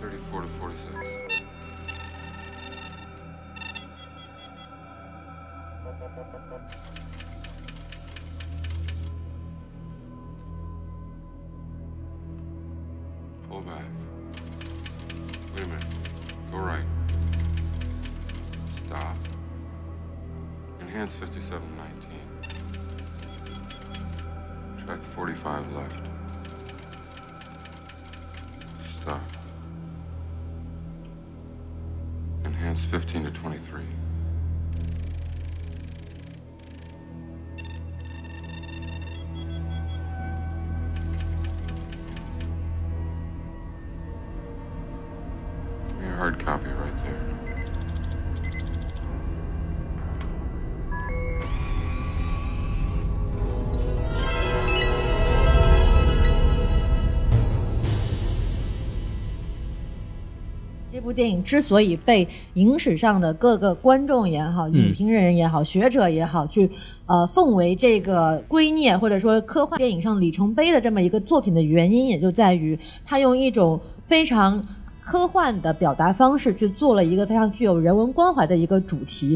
34 to 46. Pull back. Wait a minute. Go right. Stop. Enhance 5719. Track 45 left. Stop. Enhance 15 to 23. Give me a hard copy right there. 这部电影之所以被影史上的各个观众也好、影评人也好、学者也好去奉为这个圭臬或者说科幻电影上里程碑的这么一个作品的原因，也就在于它用一种非常科幻的表达方式去做了一个非常具有人文关怀的一个主题。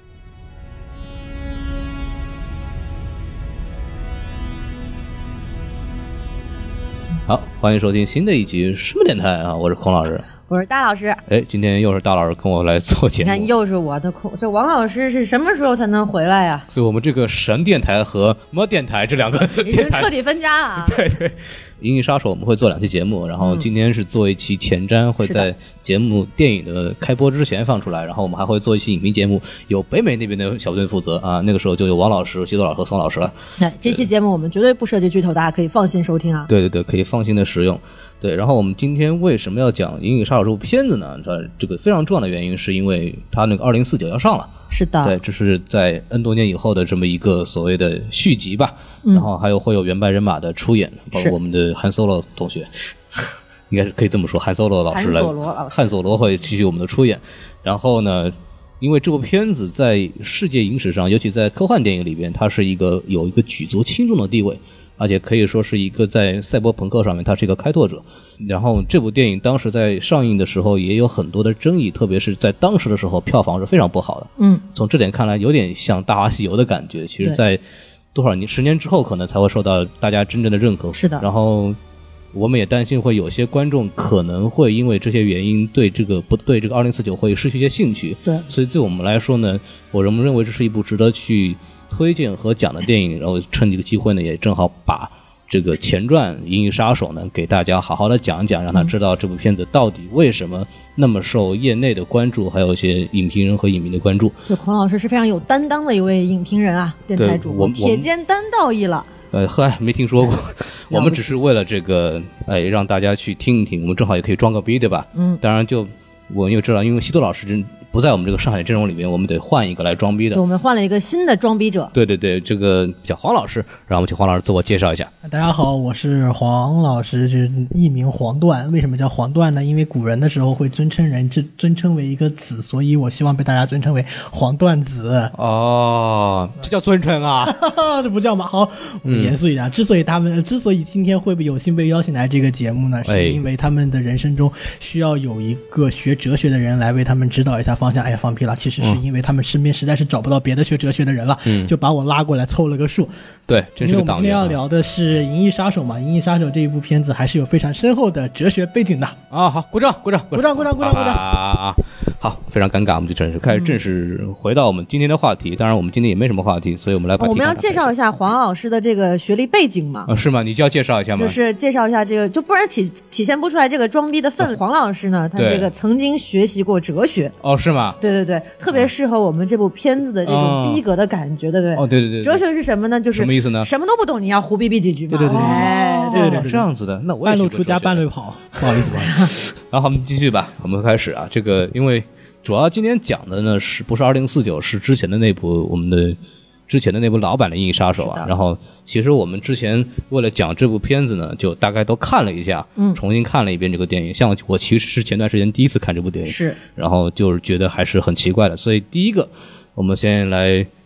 好，欢迎收听新的一集什么电台啊！我是孔老师， 我是大老师。 哎，今天又是大老师跟我来做节目， 你看又是我的空，这王老师是什么时候才能回来呀？ 所以我们这个神电台和么电台这两个已经彻底分家了啊！ 对对，银翼杀手我们会做2期节目，然后今天是做一期前瞻，会在节目电影的开播之前放出来，然后我们还会做一期影评节目，由北美那边的小队负责啊，那个时候就有王老师、西多老师和宋老师了。 那这期节目我们绝对不涉及剧透，大家可以放心收听啊。 对对对，可以放心的使用。对，然后我们今天为什么要讲《银翼杀手》这部片子呢？这个非常重要的原因是因为它那个2049要上了。 是的， 对，这是在 N 多年以后的这么一个所谓的续集吧。然后还有会有原班人马的出演，包括我们的韩 Solo 同学，应该是可以这么说，韩 Solo 老师来，汉索罗会继续我们的出演。然后呢，因为这部片子在世界影史上，尤其在科幻电影里边，它是有一个举足轻重的地位。而且可以说是一个在赛博朋克上面，它是一个开拓者。然后这部电影当时在上映的时候也有很多的争议，特别是在当时的时候票房是非常不好的。从这点看来有点像《大话西游》的感觉，其实在多少年10年之后可能才会受到大家真正的认可。 是的。 然后我们也担心会有些观众可能会因为这些原因对这个2049会失去一些兴趣。 对。 所以对我们来说呢，我认为这是一部值得去推荐和讲的电影，然后趁这个机会呢，也正好把这个前传《银翼杀手》呢给大家好好的讲一讲，让他知道这部片子到底为什么那么受业内的关注，还有一些影评人和影迷的关注。 这孔老师是非常有担当的一位影评人啊，电台主播，铁肩担道义了。 没听说过。我们只是为了这个，让大家去听一听，我们正好也可以装个逼，对吧？当然我因为知道，因为西多老师不在我们这个上海阵容里面，我们得换一个来装逼的。 我们换了一个新的装逼者。对对对，这个叫黄老师，让我们请黄老师自我介绍一下。 大家好，我是黄老师，就是艺名黄段。为什么叫黄段呢？因为古人的时候会尊称人，尊称为一个子，所以我希望被大家尊称为黄段子。 哦，这叫尊称啊？ 这不叫吗？好，我们严肃一点。之所以今天会有幸被邀请来这个节目呢，是因为他们的人生中需要有一个学哲学的人来为他们指导一下方向。哎呀，放屁了！其实是因为他们身边实在是找不到别的学哲学的人了，就把我拉过来凑了个数。 对，真是个党员。 因为我们今天要聊的是《银翼杀手》嘛，《银翼杀手》这一部片子还是有非常深厚的哲学背景的啊！好，鼓掌，鼓掌， 鼓掌，鼓掌，鼓掌，鼓掌！ 好，非常尴尬，我们就正式回到我们今天的话题。当然，我们今天也没什么话题，所以我们来把我们要介绍一下黄老师的这个学历背景嘛？ 是吗？你就要介绍一下吗？ 就是介绍一下这个，就不然体现不出来这个装逼的分。黄老师呢，他这个曾经学习过哲学。 哦，是吗？ 对对对，特别适合我们这部片子的这种逼格的感觉，对不对？ 哦，对对对。 哲学是什么呢？就是什么意思呢？ 什么都不懂，你要胡逼逼几句嘛。 对对对， 对，这样子的。那我也半路出家，半路跑，不好意思，不好意思。 然后我们继续吧，我们开始啊。这个因为主要今天讲的呢，不是2049，是之前的那部老版的《银翼杀手》啊。然后其实我们之前为了讲这部片子呢，就大概都看了一下，重新看了一遍这个电影。像我其实是前段时间第一次看这部电影， 是， 然后就是觉得还是很奇怪的。所以第一个，我们先来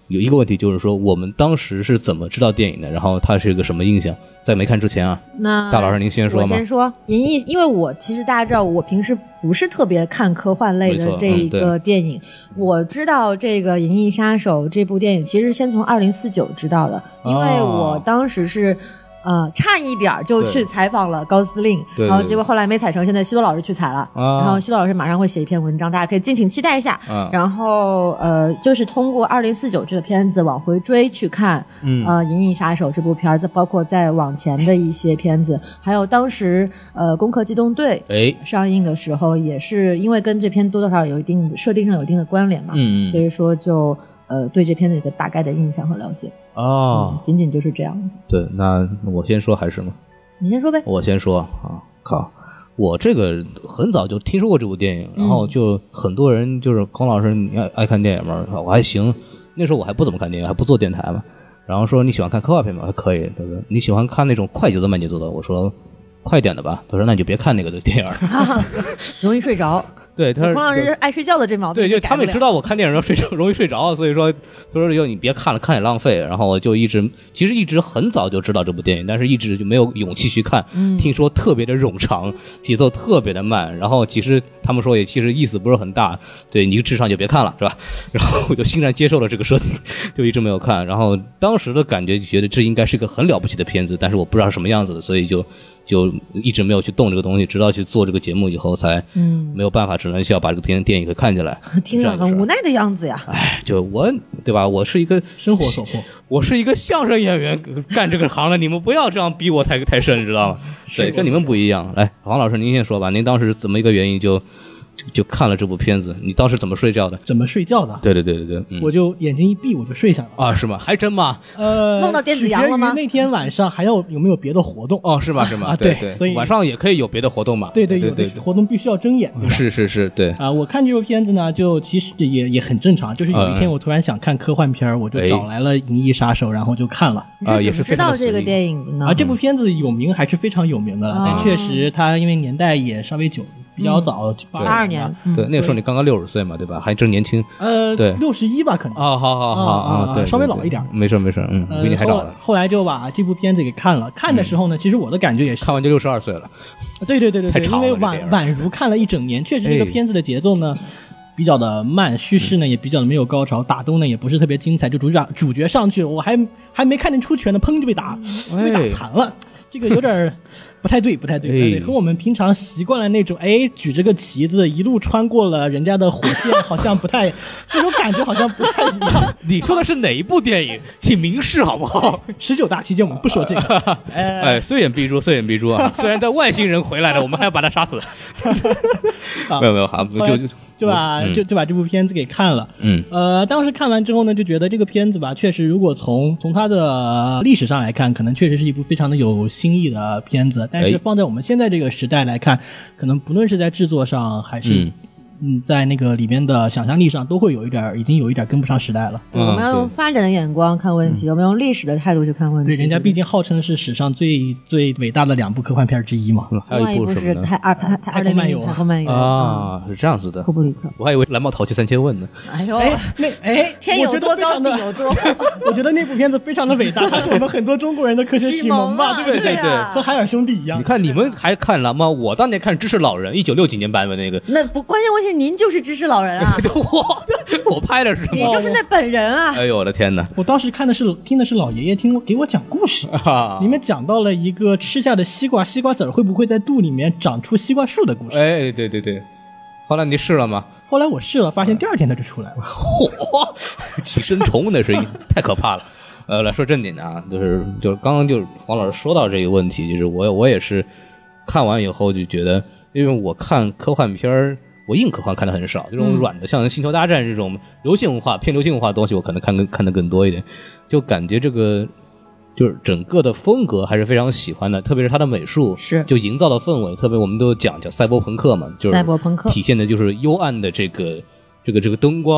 有一个问题就是说，我们当时是怎么知道电影的？然后它是一个什么印象？在没看之前啊， 那大老师您先说嘛。 我先说，因为我其实大家知道，我平时不是特别看科幻类的这个电影。我知道这个《银翼杀手》这部电影，其实先从2049知道的，因为我当时是。差一点就去采访了高司令，然后结果后来没采成，现在西多老师去采了，然后西多老师马上会写一篇文章，大家可以敬请期待一下。然后就是通过2049这个片子往回追去看，银翼杀手这部片子，包括再往前的一些片子，还有当时攻壳机动队上映的时候，也是因为跟这片多多少少有一定设定上有一定的关联嘛，所以说就对这片子有个大概的印象和了解。仅仅就是这样子。对， 那我先说还是吗？ 你先说呗。 我先说啊，靠！我这个很早就听说过这部电影，然后就很多人就是孔老师，你爱看电影吗？我还行，那时候我还不怎么看电影，还不做电台嘛。然后说你喜欢看科幻片吗？还可以，对不对？你喜欢看那种快节奏慢节奏的？我说快点的吧。他说那你就别看那个的电影， 容易睡着。 对，他孔老师爱睡觉的这毛病。 对，就他们也知道我看电影要睡着，容易睡着，所以说他说你别看了，看也浪费。然后我就其实一直很早就知道这部电影，但是一直就没有勇气去看。听说特别的冗长，节奏特别的慢，然后其实他们说也其实意思不是很大。对，你智商就别看了，是吧？然后我就欣然接受了这个设定，就一直没有看。然后当时的感觉觉得这应该是个很了不起的片子，但是我不知道是什么样子的，所以就一直没有去动这个东西，直到去做这个节目以后才没有办法，只能需要把这个电影给看起来。 听着很无奈的样子呀。 哎，就我对吧？我是一个生活所迫， 我是一个相声演员，干这个行的，你们不要这样逼我太深，知道吗？对，跟你们不一样。来，黄老师您先说吧，您当时怎么一个原因就看了这部片子？你当时怎么睡觉的？ 怎么睡觉的？ 对， 我就眼睛一闭我就睡下了啊？是吗？还真吗？ 梦到电子羊了吗？ 那天晚上还有没有别的活动？ 哦，是吗？啊， 对，所以晚上也可以有别的活动嘛？ 对，活动必须要睁眼。 是，对啊。我看这部片子呢，就其实也很正常，就是有一天我突然想看科幻片，我就找来了《银翼杀手》，然后就看了。 也是知道这个电影的呢？ 这部片子有名还是非常有名的，但确实它因为年代也稍微久。比较早 ，82年， 对，那个时候你刚刚60岁嘛，对吧？还正年轻，对 ，61吧，可能。 好，对， 稍微老一点。 没事，比你还早了。 后来就把这部片子给看了，看的时候呢，其实我的感觉也是， 看完就62岁了。 对，因为宛如看了一整年，确实这个片子的节奏呢比较的慢，叙事呢也比较的没有高潮，打斗呢也不是特别精彩，就主角上去了，我还没看见出拳呢，砰就被打残了，这个有点。不太对，和我们平常习惯了那种，举着个旗子一路穿过了人家的火线，好像不太，那种感觉好像不太一样。 你说的是哪一部电影？请明示好不好 ？19大期间我们不说这个。 虽远必诛啊！虽然在外星人回来了，我们还要把他杀死。没有，好， 就把这部片子给看了。当时看完之后呢，就觉得这个片子吧，确实如果从它的历史上来看，可能确实是一部非常的有新意的片子。但是放在我们现在这个时代来看，可能不论是在制作上还是在那个里面的想象力上，都会已经有一点跟不上时代了。 我们要用发展的眼光看问题，我们用历史的态度去看问题。 对，人家毕竟号称是史上最伟大的2部科幻片之一嘛。 还有一部是太空漫游啊，是这样子的。 库布里克， 我还以为蓝猫淘气3000问呢。 哎呦，天有多高地有多高。 我觉得那部片子非常的伟大，它是我们很多中国人的科学启蒙吧，对不对？和海尔兄弟一样。 你看你们还看蓝猫，我当年看知识老人1960几年版本那个。 那不关键问题。您就是知识老人啊！ 我拍的是什么？ 你就是那本人啊！ 哎呦我的天哪！ 我当时听的是老爷爷给我讲故事，里面讲到了一个吃下的西瓜籽会不会在肚里面长出西瓜树的故事。 哎，对。后来你试了吗？ 后来我试了，发现第2天它就出来了。 寄生虫那是太可怕了。来说正经的啊，就是刚刚就是黄老师说到这个问题，就是我也是看完以后就觉得。因为我看科幻片我硬科幻看的很少，这种软的像《星球大战》这种流行文化偏流行文化的东西，我可能看的更多一点，就感觉这个就是整个的风格还是非常喜欢的，特别是它的美术， 是就营造的氛围，特别我们都讲叫赛博朋克嘛，就是赛博朋克体现的就是幽暗的这个灯光。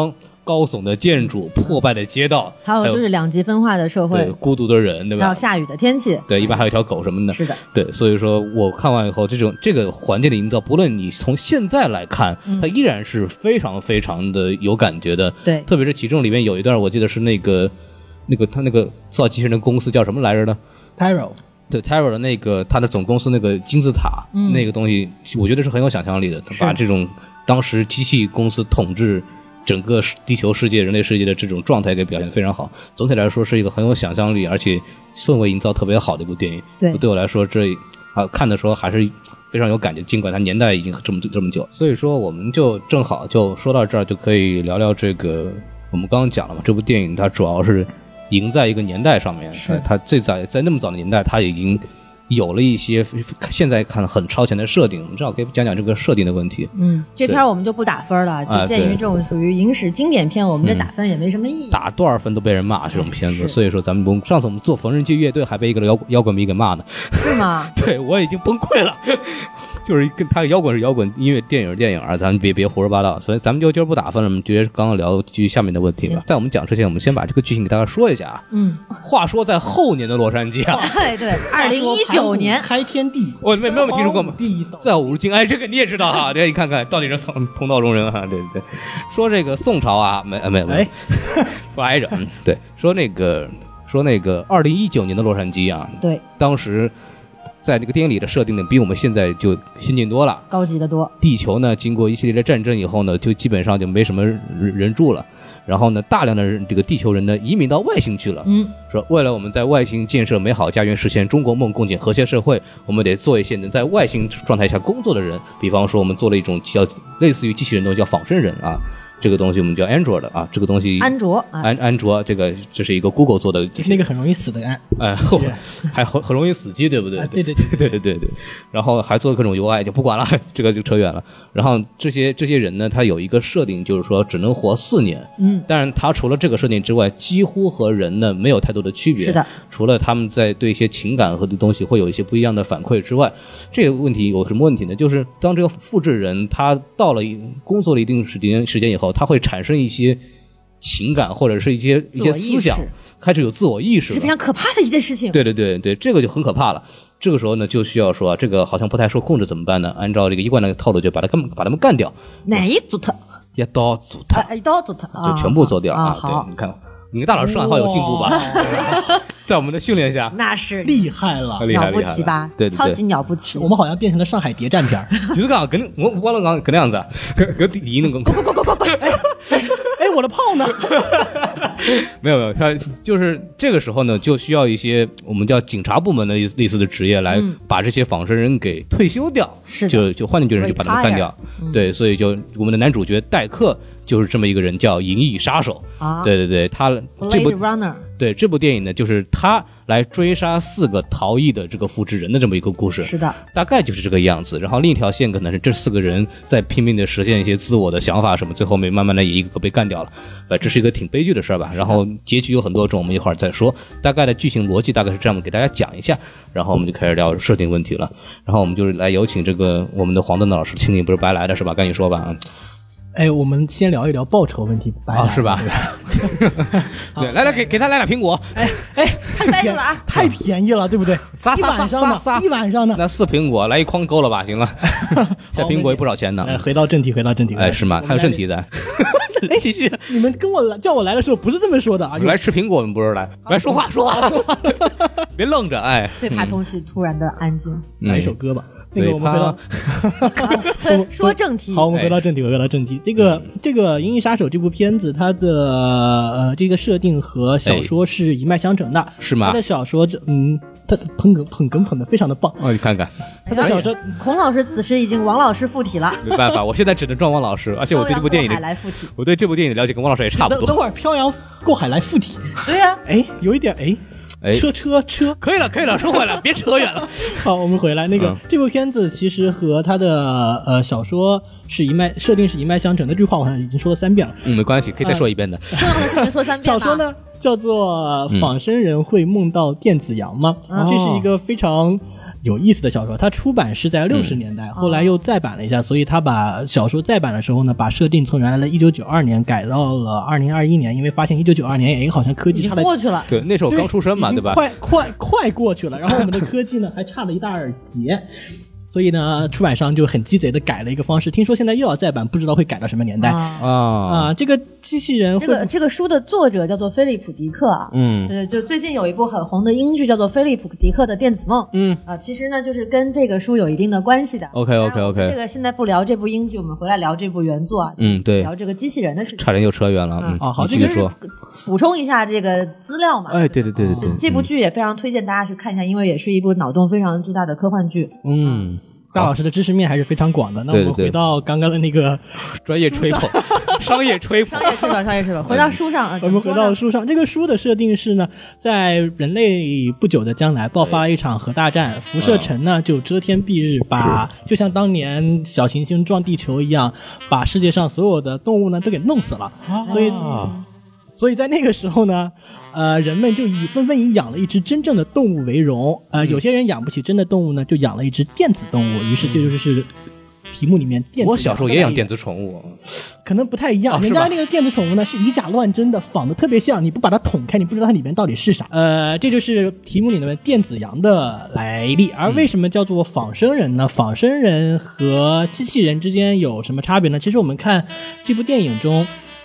高耸的建筑、破败的街道， 还有就是两极分化的社会， 对，孤独的人，对吧？ 还有下雨的天气， 对，一般还有一条狗什么的。 是的， 对，所以说我看完以后，这个环境的营造，不论你从现在来看，它依然是非常非常的有感觉的。 对， 特别是其中里面有一段，我记得是他那个造机器人的公司叫什么来着呢 ？Tyrell。 对 Tyrell 的那个他的总公司那个金字塔，那个东西，我觉得是很有想象力的。他把这种当时机器公司统治整个地球世界、人类世界的这种状态给表现得非常好。总体来说是一个很有想象力，而且氛围营造特别好的一部电影。对我来说，看的时候还是非常有感觉，尽管它年代已经这么久。所以说，我们就正好就说到这儿，就可以聊聊这个我们刚刚讲了嘛，这部电影它主要是赢在一个年代上面，它最早在那么早的年代，它已经有了一些现在看很超前的设定。我们正好可以讲讲这个设定的问题。 这片我们就不打分了，就鉴于这种属于影史经典片，我们这打分也没什么意义。 打多少分都被人骂这种片子，所以说上次我们做缝纫机乐队还被一个摇滚迷给骂呢。 是吗？ 对，我已经崩溃了。就是跟他摇滚是摇滚，音乐电影是电影啊，咱们别胡说八道。所以咱们就今儿不打分了，我们直接刚刚聊继续下面的问题吧。在我们讲之前，我们先把这个剧情给大家说一下啊。话说在后年的洛杉矶啊， 对，2019年开天地， 我没有听说过吗？ 第一道在五日金，这个你也知道哈，这你看看到底是同道中人哈，对，说这个宋朝啊，没，说挨着，对，说那个2019年的洛杉矶啊， 对， 当时在这个电影里的设定呢，比我们现在就先进多了， 高级的多。 地球呢，经过一系列的战争以后呢，就基本上就没什么人住了。然后呢，大量的这个地球人呢，移民到外星去了。说为了我们在外星建设美好家园，实现中国梦，共建和谐社会，我们得做一些能在外星状态下工作的人。比方说，我们做了一种叫类似于机器人的东西，叫仿生人啊。这个东西我们叫 Android 啊，这个东西安卓，这是一个 Google 做的， 就是那个很容易死的还很容易死机，对不对？ 对。 然后还做各种 UI， 就不管了，这个就扯远了。然后这些人呢，他有一个设定，就是说只能活4年。当然他除了这个设定之外，几乎和人呢没有太多的区别。 是的， 除了他们在对一些情感和的东西会有一些不一样的反馈之外，这个问题有什么问题呢？就是当这个复制人他到了工作了一定时间以后，他会产生一些情感或者是一些思想，开始有自我意识了， 是非常可怕的一件事情。 对，这个就很可怕了。这个时候呢，就需要说这个好像不太受控制怎么办呢？按照这个一贯的套路，就把他们干掉。 哪一组他？ 一刀组他，就全部做掉啊！对，你看，你跟大老师说话有进步吧？在我们的训练下， 那是厉害了， 了不起吧？ 对， 超级了不起。 我们好像变成了上海谍战片， 就是讲跟我忘了讲，跟那样子，跟第一那个， 我的炮呢？ 没有，他就是这个时候呢，就需要一些我们叫警察部门的类似的职业来把这些仿生人给退休掉，就换句话说，就把他们干掉。对，所以就我们的男主角戴克就是这么一个人，叫银翼杀手。对，他这部电影呢，就是他来追杀4个逃逸的这个复制人的这么一个故事。 是的， 大概就是这个样子。然后另一条线可能是这4个人在拼命的实现一些自我的想法什么，最后面慢慢的也一个个被干掉了。这是一个挺悲剧的事儿吧。然后结局有很多种，我们一会儿再说。大概的剧情逻辑大概是这样，给大家讲一下。然后我们就开始聊设定问题了。然后我们就是来有请这个我们的黄灯的老师，请你不是白来的是吧？赶紧说吧。 我们先聊一聊报酬问题， 是吧？对，来给他来点苹果。 太便宜了，对不对？ 撒一晚上呢？ 那4苹果来一筐够了吧？行了，这苹果也不少钱呢。 回到正题。 是吗？还有正题在。 继续。你们叫我来的时候不是这么说的啊！ 来吃苹果，我们不是来说话，别愣着。 最怕空气突然的安静。 来一首歌吧。那个我们回到说正题。 好，我们回到正题。这个《银翼杀手》这部片子，它的这个设定和小说是一脉相承的， 是吗？ 它的小说他捧哏捧的非常的棒。 你看看， 他的小说孔老师此时已经王老师附体了。 没办法，我现在只能装王老师，而且我对这部电影的了解跟王老师也差不多。 等会儿漂洋过海来附体。 对呀。 有一点车， 可以了，说回来，别扯远了。 好，我们回来。这部片子其实和他的小说是设定是一脉相承的。这句话我好像已经说了3遍了。 没关系，可以再说一遍的。 说3遍。 小说呢叫做《仿生人会梦到电子羊》吗？这是一个非常有意思的小说。它出版是在60年代，后来又再版了一下，所以他把小说再版的时候呢，把设定从原来的1992年改到了2021年，因为发现1992年好像科技差了过去了， 对，那时候刚出生嘛，对吧？ 快过去了，然后我们的科技呢还差了一大耳节。所以呢，出版商就很鸡贼的改了一个方式，听说现在又要再版，不知道会改到什么年代这个机器人这个书的作者叫做菲利普·迪克啊，对，就最近有一部很红的英剧叫做《菲利普·迪克的电子梦》，其实呢就是跟这个书有一定的关系的。 OK， 这个现在不聊这部英剧，我们回来聊这部原作啊， 对， 聊这个机器人的事情。 差点又扯远了， 好， 继续说， 补充一下这个资料嘛。 对， 这部剧也非常推荐大家去看一下，因为也是一部脑洞非常巨大的科幻剧。 大老师的知识面还是非常广的。那我们回到刚刚的那个专业吹捧，商业吹捧， 回到书上我们回到书上，这个书的设定是呢，在人类不久的将来爆发了一场核大战，辐射尘呢就遮天蔽日，就像当年小行星撞地球一样，把世界上所有的动物呢都给弄死了。所以在那个时候呢，人们就纷纷以养了一只真正的动物为荣。有些人养不起真的动物呢，就养了一只电子动物。于是这就是题目里面电子。 我小时候也养电子宠物， 可能不太一样。人家那个电子宠物呢是以假乱真的，仿的特别像，你不把它捅开，你不知道它里面到底是啥。这就是题目里面电子羊的来历。而为什么叫做仿生人呢？仿生人和机器人之间有什么差别呢？其实我们看这部电影中，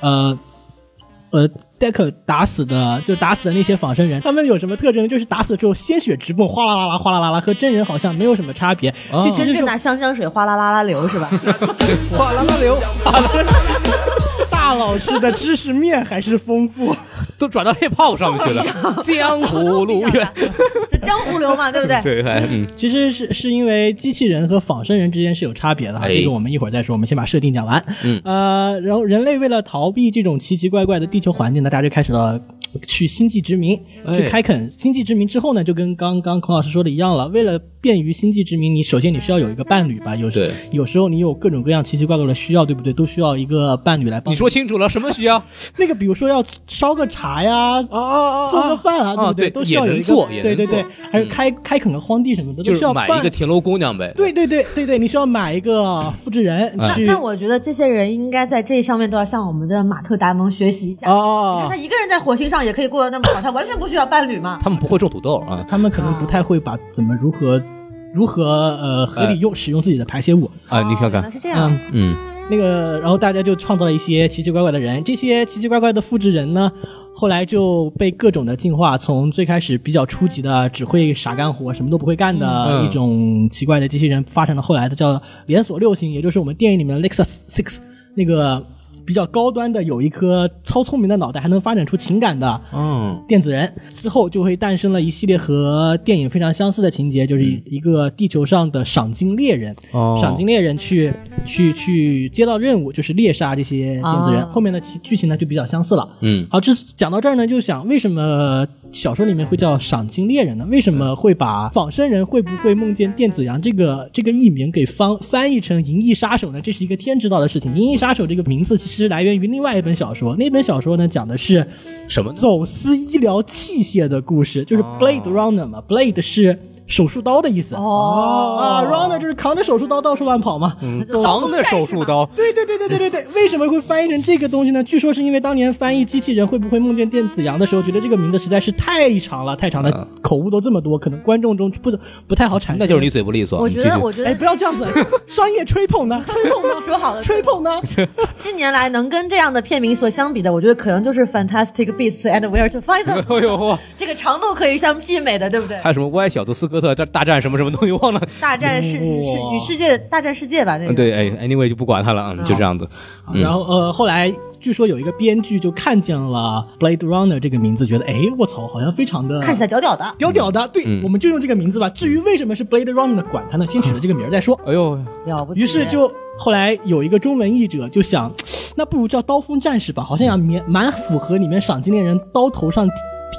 戴克打死的那些仿生人，他们有什么特征？就是打死之后鲜血直蹦，哗啦啦啦哗啦啦啦，和真人好像没有什么差别。这其实就拿香水哗啦啦啦流是吧？ 哗啦啦流。 大老师的知识面还是丰富， 都转到hiphop上面去了。江湖路远， 这江湖流嘛，对不对？ 对， 其实是因为机器人和仿生人之间是有差别的，这个我们一会儿再说。我们先把设定讲完。然后人类为了逃避这种奇奇怪怪的地球环境呢，大家就开始了去星际殖民，去开垦星际殖民之后呢，就跟刚刚孔老师说的一样了。为了便于星际殖民，首先你需要有一个伴侣吧？有时候你有各种各样奇奇怪怪的需要，对不对？都需要一个伴侣来帮你。 你说清楚了，什么需要？ 那个比如说要烧个茶呀，做个饭啊，对不对？都需要有一个。对，还有开垦个荒地什么的，都需要买一个田螺姑娘呗。 对，你需要买一个复制人去。 但我觉得这些人应该在这上面都要向我们的马特·达蒙学习一下。你看他一个人在火星上也可以过得那么好，他完全不需要伴侣嘛。 他们不会种土豆啊， 他们可能不太会把如何合理使用自己的排泄物啊。你看看是这样。 那个，然后大家就创造了一些奇奇怪怪的人，这些奇奇怪怪的复制人呢，后来就被各种的进化，从最开始比较初级的只会傻干活什么都不会干的一种奇怪的机器人，发展到后来的叫连锁6型，也就是我们电影里面的 Lexus 6那个比较高端的，有一颗超聪明的脑袋，还能发展出情感的电子人。之后就会诞生了一系列和电影非常相似的情节，就是一个地球上的赏金猎人，赏金猎人去接到任务，就是猎杀这些电子人。后面的剧情呢就比较相似了。好，讲到这儿呢，就想为什么小说里面会叫赏金猎人呢？为什么会把仿生人会不会梦见电子羊这个译名给翻译成银翼杀手呢？这是一个天知道的事情。银翼杀手这个名字其实来源于另外一本小说，那本小说呢讲的是什么？ 走私医疗器械的故事，就是 Blade Runner 嘛。Blade 是手术刀的意思。Runner 就是扛着手术刀到处乱跑嘛。 扛着手术刀。 对。为什么会翻译成这个东西呢？据说是因为当年翻译机器人会不会梦见电子羊的时候，觉得这个名字实在是太长了，口误都这么多，可能观众中不太好产生。 那就是你嘴不利索。 我觉得， 不要这样子，商业吹捧呢？ 说好了， 吹捧呢？ 近年来能跟这样的片名所相比的，我觉得可能就是 Fantastic Beasts and Where to Find Them。这个长度可以相媲美的，对不对？ 还有什么歪小子斯科特大战什么东西忘了？ 大战世界吧，那个。 对，anyway 就不管他了，就这样子。 然后后来据说有一个编剧就看见了 Blade Runner 这个名字，觉得我操，好像非常的看起来屌屌的。 对，我们就用这个名字吧。至于为什么是 Blade Runner 管他呢，先取了这个名再说。 哎呦， 了不起。 于是就后来有一个中文译者就想，那不如叫刀锋战士吧，好像也蛮符合里面赏金猎人刀头上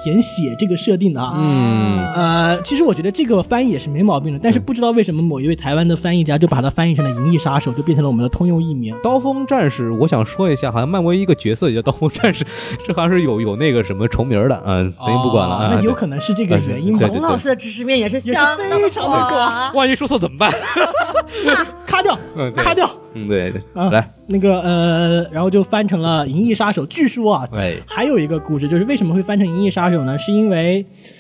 填写这个设定的啊。其实我觉得这个翻译也是没毛病的，但是不知道为什么某一位台湾的翻译家就把它翻译成了银翼杀手，就变成了我们的通用译名。 刀锋战士，我想说一下，好像漫威一个角色也叫刀锋战士，这好像是有那个什么重名的啊，咱就不管了啊。 那有可能是这个原因吧。 洪老师的知识面也是相当非常的广， 万一说错怎么办？ 咔掉，咔掉。 对，来那个然后就翻成了银翼杀手。据说啊，还有一个故事，就是为什么会翻成银翼杀手呢？是因为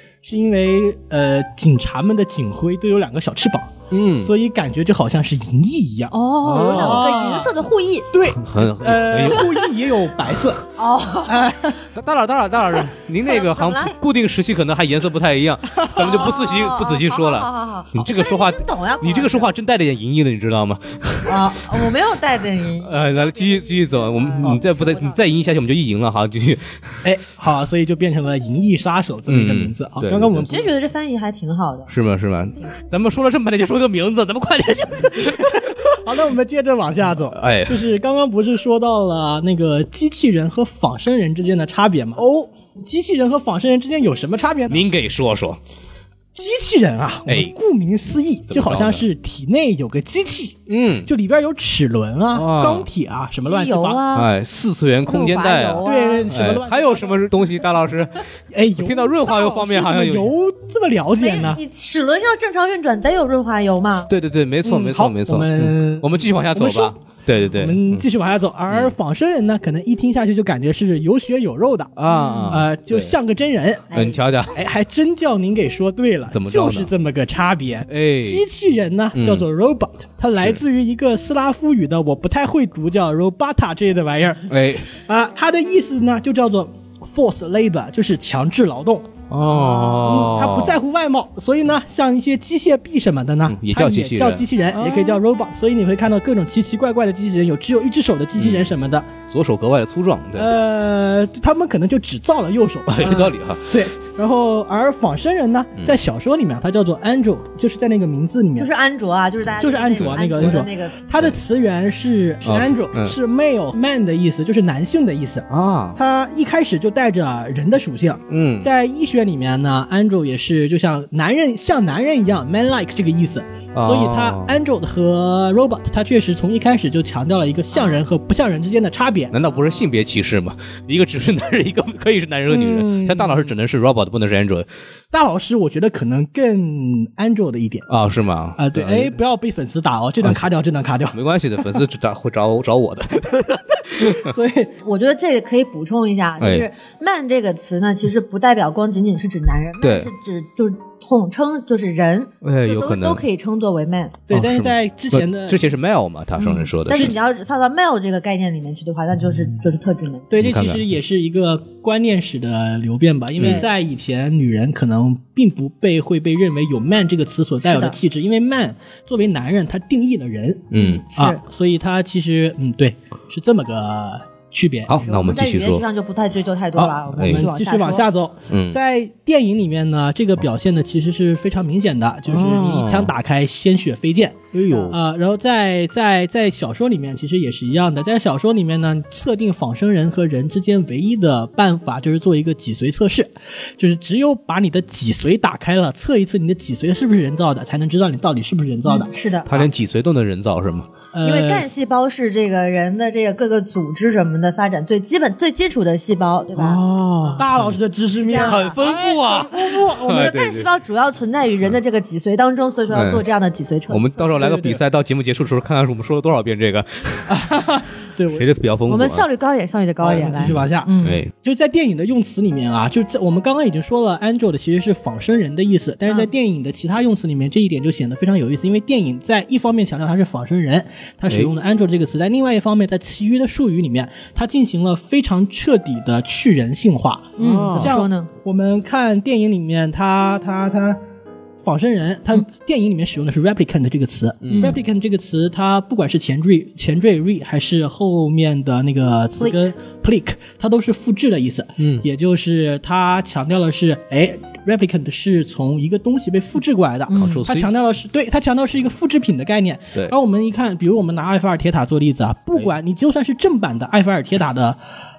警察们的警徽都有2个小翅膀，所以感觉就好像是银翼一样。 哦，有2个银色的护翼。 对，护翼也有白色。 大老师，您那个好像固定时期可能还颜色不太一样，咱们就不仔细说了。 好， 你这个说话，你这个说话真带着点银翼的，你知道吗？ 我没有带着银翼。 来继续走，你再银翼下去，我们就一赢了。好，继续。 好，所以就变成了银翼杀手这么一个名字。好，刚刚我们真觉得这翻译还挺好的。 是吗？咱们说了这么半天，就说个名字，咱们快点行不行？ 好，那我们接着往下走。就是刚刚不是说到了那个机器人和仿生人之间的差别吗？机器人和仿生人之间有什么差别呢？ 您给说说。 机器人啊，顾名思义，就好像是体内有个机器，就里边有齿轮啊、钢铁啊，什么乱七八糟 ，4次元空间带啊， 对，什么乱， 还有什么东西？大老师，听到润滑油方面好像有油这么了解呢？ 你齿轮要正常运转，得有润滑油嘛？ 对，没错。我们继续往下走吧。对， 我们继续往下走。而仿生人呢，可能一听下去就感觉是有血有肉的就像个真人。 你瞧瞧， 还真叫您给说对了， 怎么着呢？ 就是这么个差别。机器人呢叫做 robot，它来自于一个斯拉夫语的，我不太会读，叫 robota 这类的玩意儿。它的意思呢就叫做 forced labor， 就是强制劳动。它不在乎外貌，所以呢，像一些机械臂什么的呢， 也叫机器人， 也可以叫 robot。所以你会看到各种奇奇怪怪的机器人，只有1只手的机器人什么的， 左手格外的粗壮。 他们可能就只造了右手， 有道理哈。 对，然后而仿生人呢，在小说里面它叫做 Andro， 就是在那个名字里面， 就是安卓啊，就是大家就是安卓那个 Andro， 它的词源是 Andro， 是 male man 的意思，就是男性的意思啊。它一开始就带着人的属性，在医学里面呢 Andro 也是就像男人一样 man like 这个意思。所以它 Android 和 Robot 它确实从一开始就强调了一个像人和不像人之间的差别。 难道不是性别歧视吗？一个只是男人，一个可以是男人和女人。像大老师只能是 Robot， 不能是 Android。 大老师我觉得可能更 Android 的一点是吗？ 对，不要被粉丝打这段卡掉，这段卡掉。 没关系的，粉丝会找我的。 所以我觉得这个可以补充一下，就是man 这个词呢，其实不代表仅仅是指男人， 对， 是指就是统称就是人， 有可能都可以称作为 man。 对，但是在之前是 male 嘛，他上人说的。 但是你要放到 male 这个概念里面去的话，那就是特指男性。 对，这其实也是一个观念史的流变吧，因为在以前女人可能并不会被认为有 man 这个词所带有的气质，因为 man 作为男人他定义了人，所以他其实对是这么个区别。 好，那我们继续说。在语言上就不太追究太多了，我们继续往下走。在电影里面呢，这个表现的其实是非常明显的，就是你一枪打开，鲜血飞溅。然后在小说里面其实也是一样的，在小说里面呢，测定仿生人和人之间唯一的办法就是做一个脊髓测试，就是只有把你的脊髓打开了，测一次你的脊髓是不是人造的，才能知道你到底是不是人造的。 是的， 他连脊髓都能人造是吗？ 因为干细胞是这个人的这个各个组织什么的发展最基本最基础的细胞，对吧？ 大老师的知识面很丰富啊！ 我们的干细胞主要存在于人的这个脊髓当中，所以说要做这样的脊髓测试。 我们到时候来个比赛，到节目结束的时候看看我们说了多少遍这个。 对， 谁的比较丰富？ 我们效率高一点，效率的高一点。 继续往下，就在电影的用词里面啊，就在我们刚刚已经说了 ，Android 其实是仿生人的意思，但是在电影的其他用词里面，这一点就显得非常有意思，因为电影在一方面强调它是仿生人，它使用的 Android 这个词，但另外一方面，在其余的术语里面，它进行了非常彻底的去人性化。 怎么说呢？ 我们看电影里面，它仿生人，它电影里面使用的是 replicant 这个词。replicant 这个词，它不管是前缀 re 还是后面的那个词根 plic， 它都是复制的意思。也就是它强调的是，replicant 是从一个东西被复制过来的。它强调的是，对，它强调是一个复制品的概念。 对。 而我们一看，比如我们拿埃菲尔铁塔做例子啊，不管你就算是正版的埃菲尔铁塔的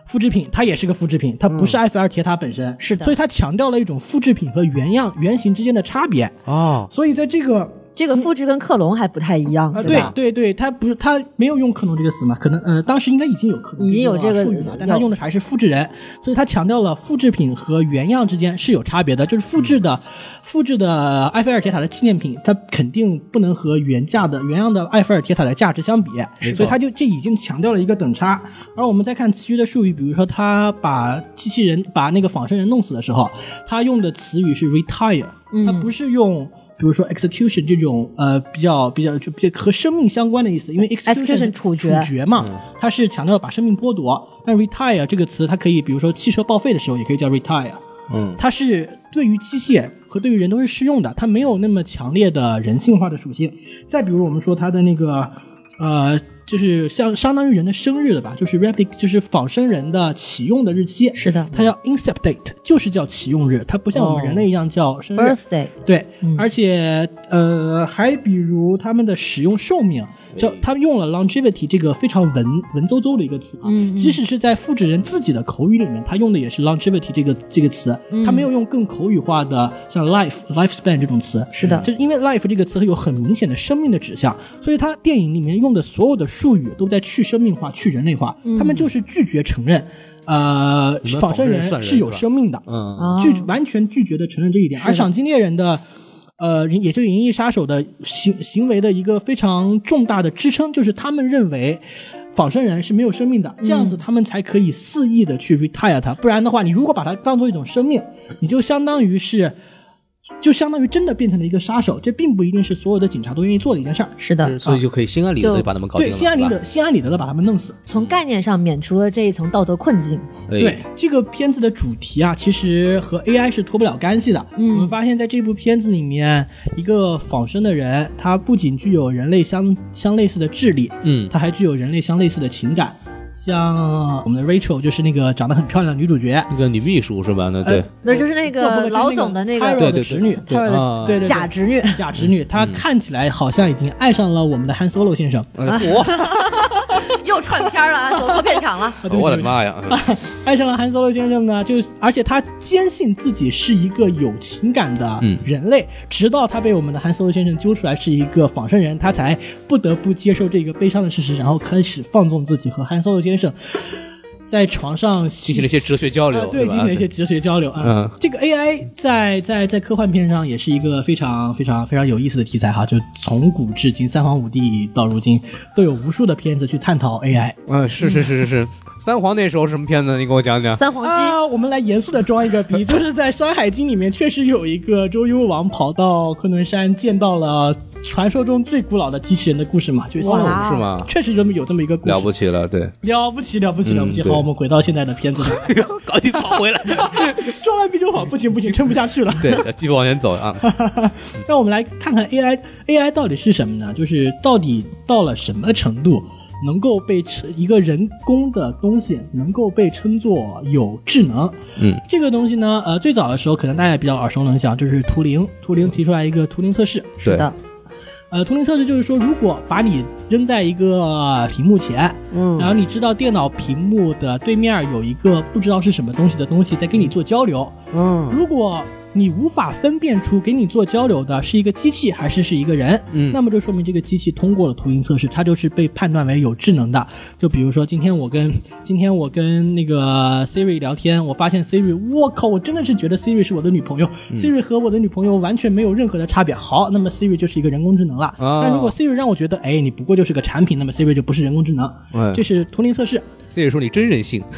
复制品，它也是个复制品，它不是埃菲尔铁塔本身， 是的， 所以它强调了一种复制品和原型之间的差别所以在这个复制跟克隆还不太一样， 对，它没有用克隆这个词嘛，可能当时应该已经有克隆， 已经有这个术语了，但它用的还是复制人，所以它强调了复制品和原样之间是有差别的，就是复制的埃菲尔铁塔的纪念品，它肯定不能和原样的埃菲尔铁塔的价值相比，所以它这已经强调了一个等差。而我们再看其余的术语，比如说他把机器人把那个仿生人弄死的时候，他用的词语是 retire，他不是用比如说 execution 这种比较和生命相关的意思，因为 execution 处决嘛，它是强调把生命剥夺。但 retire 这个词，它可以比如说汽车报废的时候也可以叫 retire。它是对于机械和对于人都是适用的，它没有那么强烈的人性化的属性。再比如我们说它的那个就是相当于人的生日了吧，就是 replic 就是仿生人的启用的日期，是的，它叫 incept date， 就是叫启用日，它不像我们人类一样叫生日 birthday。 对，而且还比如他们的使用寿命，他们用了 longevity 这个非常文绉绉的一个词即使是在复制人自己的口语里面，他用的也是 longevity 这个词，他没有用更口语化的像 lifespan 这种词， 是的， 就是因为 life 这个词有很明显的生命的指向，所以他电影里面用的所有的术语都在去生命化、去人类化，他们就是拒绝承认仿生人是有生命的，完全拒绝的承认这一点。而赏金猎人的也就银翼杀手的行为的一个非常重大的支撑，就是他们认为仿生人是没有生命的，这样子他们才可以肆意的去 retire 它，不然的话你如果把它当做一种生命，你就相当于真的变成了一个杀手，这并不一定是所有的警察都愿意做的一件事儿。 是的， 所以就可以心安理得把他们搞定了。 对，心安理得的把他们弄死。 从概念上免除了这一层道德困境。 对，这个片子的主题啊，其实和 AI 是脱不了干系的。我们发现在这部片子里面，一个仿生的人，他不仅具有人类相类似的智力，他还具有人类相类似的情感。像我们的 Rachel 就是那个长得很漂亮的女主角， 那个女秘书是吧？ 那就是那个老总的那个对侄女， 对假侄女， 她看起来好像已经爱上了我们的 Han Solo 先生。 又串片了，走错片场了。 我的妈呀！ 爱上了Han Solo先生呢，而且他坚信自己是一个有情感的人类，直到他被我们的Han Solo先生揪出来是一个仿生人，他才不得不接受这个悲伤的事实，然后开始放纵自己和Han Solo先生在床上进行了一些哲学交流， 对，进行了一些哲学交流啊。这个 AI 在科幻片上也是一个非常非常非常有意思的题材哈，就从古至今，三皇五帝到如今，都有无数的片子去探讨 AI。 是。三皇那时候是什么片子？你给我讲讲。 三皇机我们来严肃的装一个逼，就是在《山海经》里面确实有一个周幽王跑到昆仑山见到了传说中最古老的机器人的故事嘛，就是吗？ 确实有这么一个故事， 了不起了，对， 了不起。好，我们回到现在的片子赶紧跑回来， 装完逼就跑，不行，撑不下去了。 对，继续往前走啊。 那我们来看看 AI 到底是什么呢？就是到底到了什么程度能够被一个人工的东西能够被称作有智能。这个东西呢最早的时候可能大家也比较耳熟能详，就是图灵提出来一个图灵测试。 是的， 图灵测试就是说，如果把你扔在一个屏幕前，然后你知道电脑屏幕的对面有一个不知道是什么东西在跟你做交流，如果你无法分辨出给你做交流的是一个机器还是一个人，那么就说明这个机器通过了图灵测试，它就是被判断为有智能的。就比如说今天我跟那个 Siri 聊天，我发现 Siri， 我靠，我真的是觉得 Siri 是我的女朋友，Siri 和我的女朋友完全没有任何的差别。好，那么 Siri 就是一个人工智能了。但如果 Siri 让我觉得，你不过就是个产品，那么 Siri 就不是人工智能。这是图灵测试。 Siri 说你真任性。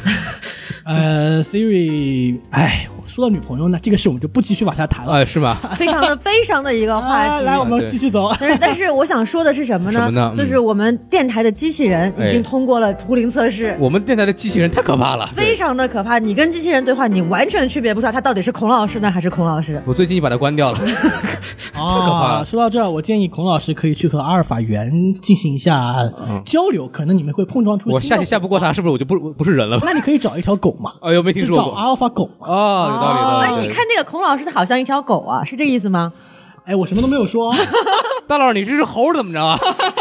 Siri， 说到女朋友呢，这个事我们就不继续往下谈了， 是吗？ 非常的悲伤的一个话题。 来，我们继续走。 但是我想说的是什么呢？就是我们电台的机器人已经通过了图灵测试。 我们电台的机器人太可怕了， 非常的可怕。你跟机器人对话，你完全区别不出来他到底是孔老师呢还是孔老师。 我最近把它关掉了。太可怕了。 说到这儿，我建议孔老师可以去和阿尔法猿进行一下交流，可能你们会碰撞出。 我下不过他，是不是我就不是人了？ 那你可以找一条狗嘛。 哎呦，没听说过。 找阿尔法狗有道理的。 你看那个孔老师，他好像一条狗啊，是这个意思吗？ 我什么都没有说。 大老师，你这是猴怎么着啊？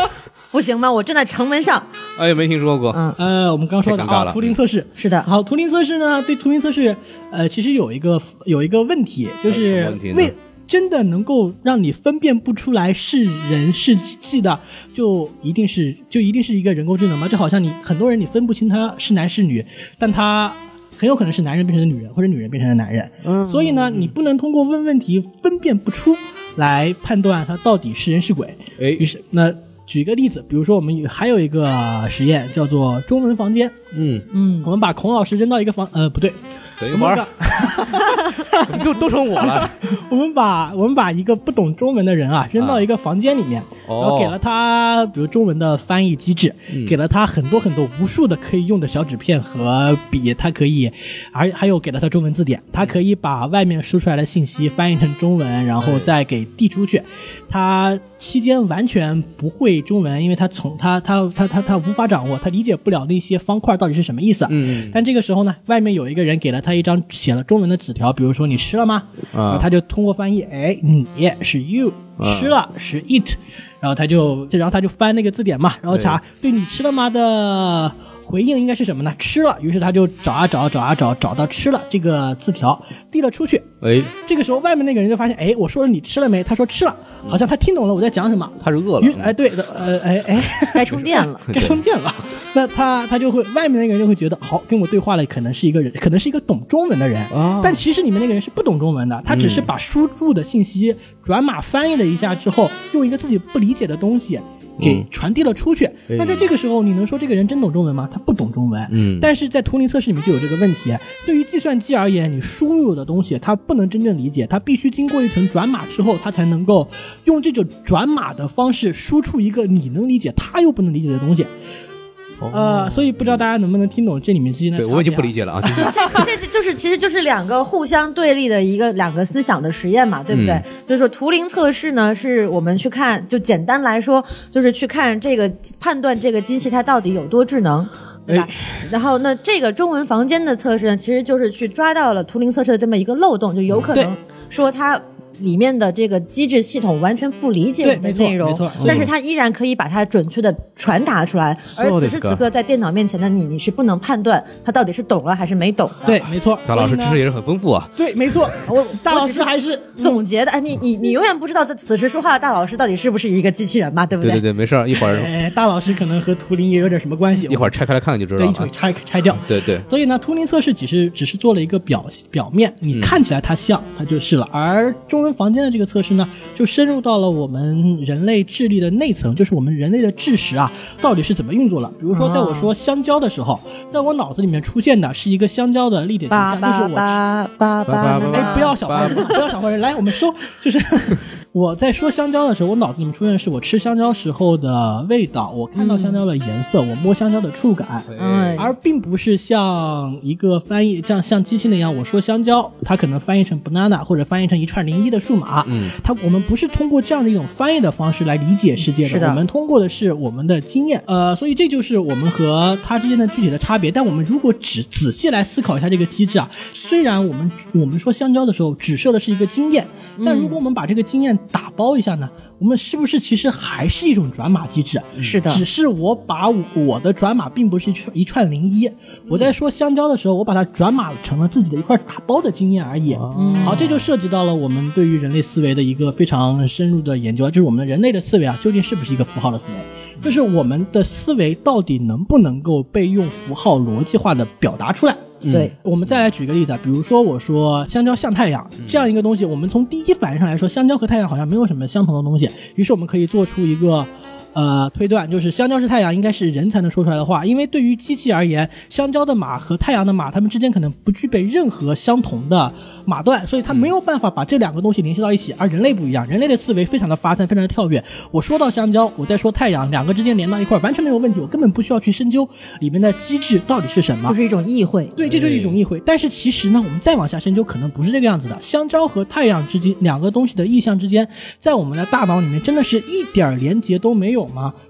不行吗？我站在城门上。 哎，没听说过。 我们刚说的图灵测试是的。 好，图灵测试呢，对图灵测试，其实有一个问题，就是真的能够让你分辨不出来是人是机器的，就一定是一个人工智能吗？就好像很多人你分不清他是男是女，但他很有可能是男人变成了女人，或者女人变成了男人。所以呢，你不能通过问题分辨不出来判断他到底是人是鬼。于是那举个例子，比如说我们还有一个实验叫做中文房间。我们把孔老师扔到一个不对， 等一会儿，怎么就都成我了？ 我们把一个不懂中文的人扔到一个房间里面，然后给了他比如中文的翻译机制，给了他很多无数的可以用的小纸片和笔，他可以还有给了他中文字典，他可以把外面输出来的信息翻译成中文，然后再给递出去。他期间完全不会中文，因为他无法掌握，他理解不了那些方块到底是什么意思。但这个时候呢，外面有一个人给了他一张写了中文的纸条，比如说你吃了吗？然后他就通过翻译，你是 you，吃了是 eat，然后他就翻那个字典嘛，然后查对你吃了吗的回应应该是什么呢？吃了。于是他就找到吃了这个字条，递了出去。这个时候外面那个人就发现，我说了你吃了没？他说吃了，好像他听懂了我在讲什么。 他是饿了。 对， 该充电了， 该充电了。那他就会，外面那个人就会觉得，好，跟我对话了，可能是一个人，可能是一个懂中文的人。但其实你们那个人是不懂中文的，他只是把输入的信息转码翻译了一下之后，用一个自己不理解的东西给传递了出去。那在这个时候你能说这个人真懂中文吗？他不懂中文。但是在图灵测试里面就有这个问题，对于计算机而言，你输入的东西它不能真正理解，它必须经过一层转码之后，它才能够用这种转码的方式输出一个你能理解他又不能理解的东西。所以不知道大家能不能听懂这里面之间的差别。 对，我已经不理解了啊。 这其实就是两个互相对立的两个思想的实验嘛，对不对？就是说图灵测试呢，是我们去看，就简单来说，就是去看这个判断这个机器它到底有多智能。对吧？然后那这个中文房间的测试呢，其实就是去抓到了图灵测试的这么一个漏洞，就有可能说它里面的这个机制系统完全不理解我们的内容，但是它依然可以把它准确的传达出来，而此时此刻在电脑面前的你是不能判断它到底是懂了还是没懂的。 对，没错。 大老师知识也是很丰富啊。 对，没错。大老师还是总结的。你永远不知道在此时说话的大老师到底是不是一个机器人嘛，对不对？ 对，没事，一会儿。 大老师可能和图灵也有点什么关系， 一会儿拆开来看就知道了。 对，一会儿拆掉。 对。 所以呢，图灵测试只是做了一个表面，你看起来它像，它就是了。而中文房间的这个测试呢，就深入到了我们人类智力的内层，就是我们人类的智识到底是怎么运作了。比如说在我说香蕉的时候，在我脑子里面出现的是一个香蕉的立体形象，就是我吃不要小坏人来我们说，就是我在说香蕉的时候，我脑子里面出现的是我吃香蕉时候的味道，我看到香蕉的颜色，我摸香蕉的触感，而并不是像一个翻译像机器那样，我说香蕉它可能翻译成 banana 或者翻译成一串01的数码。我们不是通过这样的一种翻译的方式来理解世界的，我们通过的是我们的经验。所以这就是我们和它之间的具体的差别。但我们如果只仔细来思考一下这个机制虽然我们说香蕉的时候只设的是一个经验，但如果我们把这个经验打包一下呢，我们是不是其实还是一种转码机制？ 是的， 只是我把我的转码并不是一串01，我在说香蕉的时候，我把它转码成了自己的一块打包的经验而已。好，这就涉及到了我们对于人类思维的一个非常深入的研究，就是我们人类的思维究竟是不是一个符号的思维？就是我们的思维到底能不能够被用符号逻辑化的表达出来？ 对， 我们再来举个例子，比如说我说香蕉像太阳这样一个东西，我们从第一反应上来说，香蕉和太阳好像没有什么相同的东西，于是我们可以做出一个推断，就是香蕉是太阳应该是人才能说出来的话，因为对于机器而言，香蕉的码和太阳的码它们之间可能不具备任何相同的码段，所以它没有办法把这两个东西联系到一起。而人类不一样，人类的思维非常的发散，非常的跳跃，我说到香蕉，我再说太阳，两个之间连到一块完全没有问题，我根本不需要去深究里面的机制到底是什么， 就是一种意会。 对，这就是一种意会。但是其实呢，我们再往下深究可能不是这个样子的。香蕉和太阳之间两个东西的意象之间，在我们的大脑里面真的是一点连结都没有吗？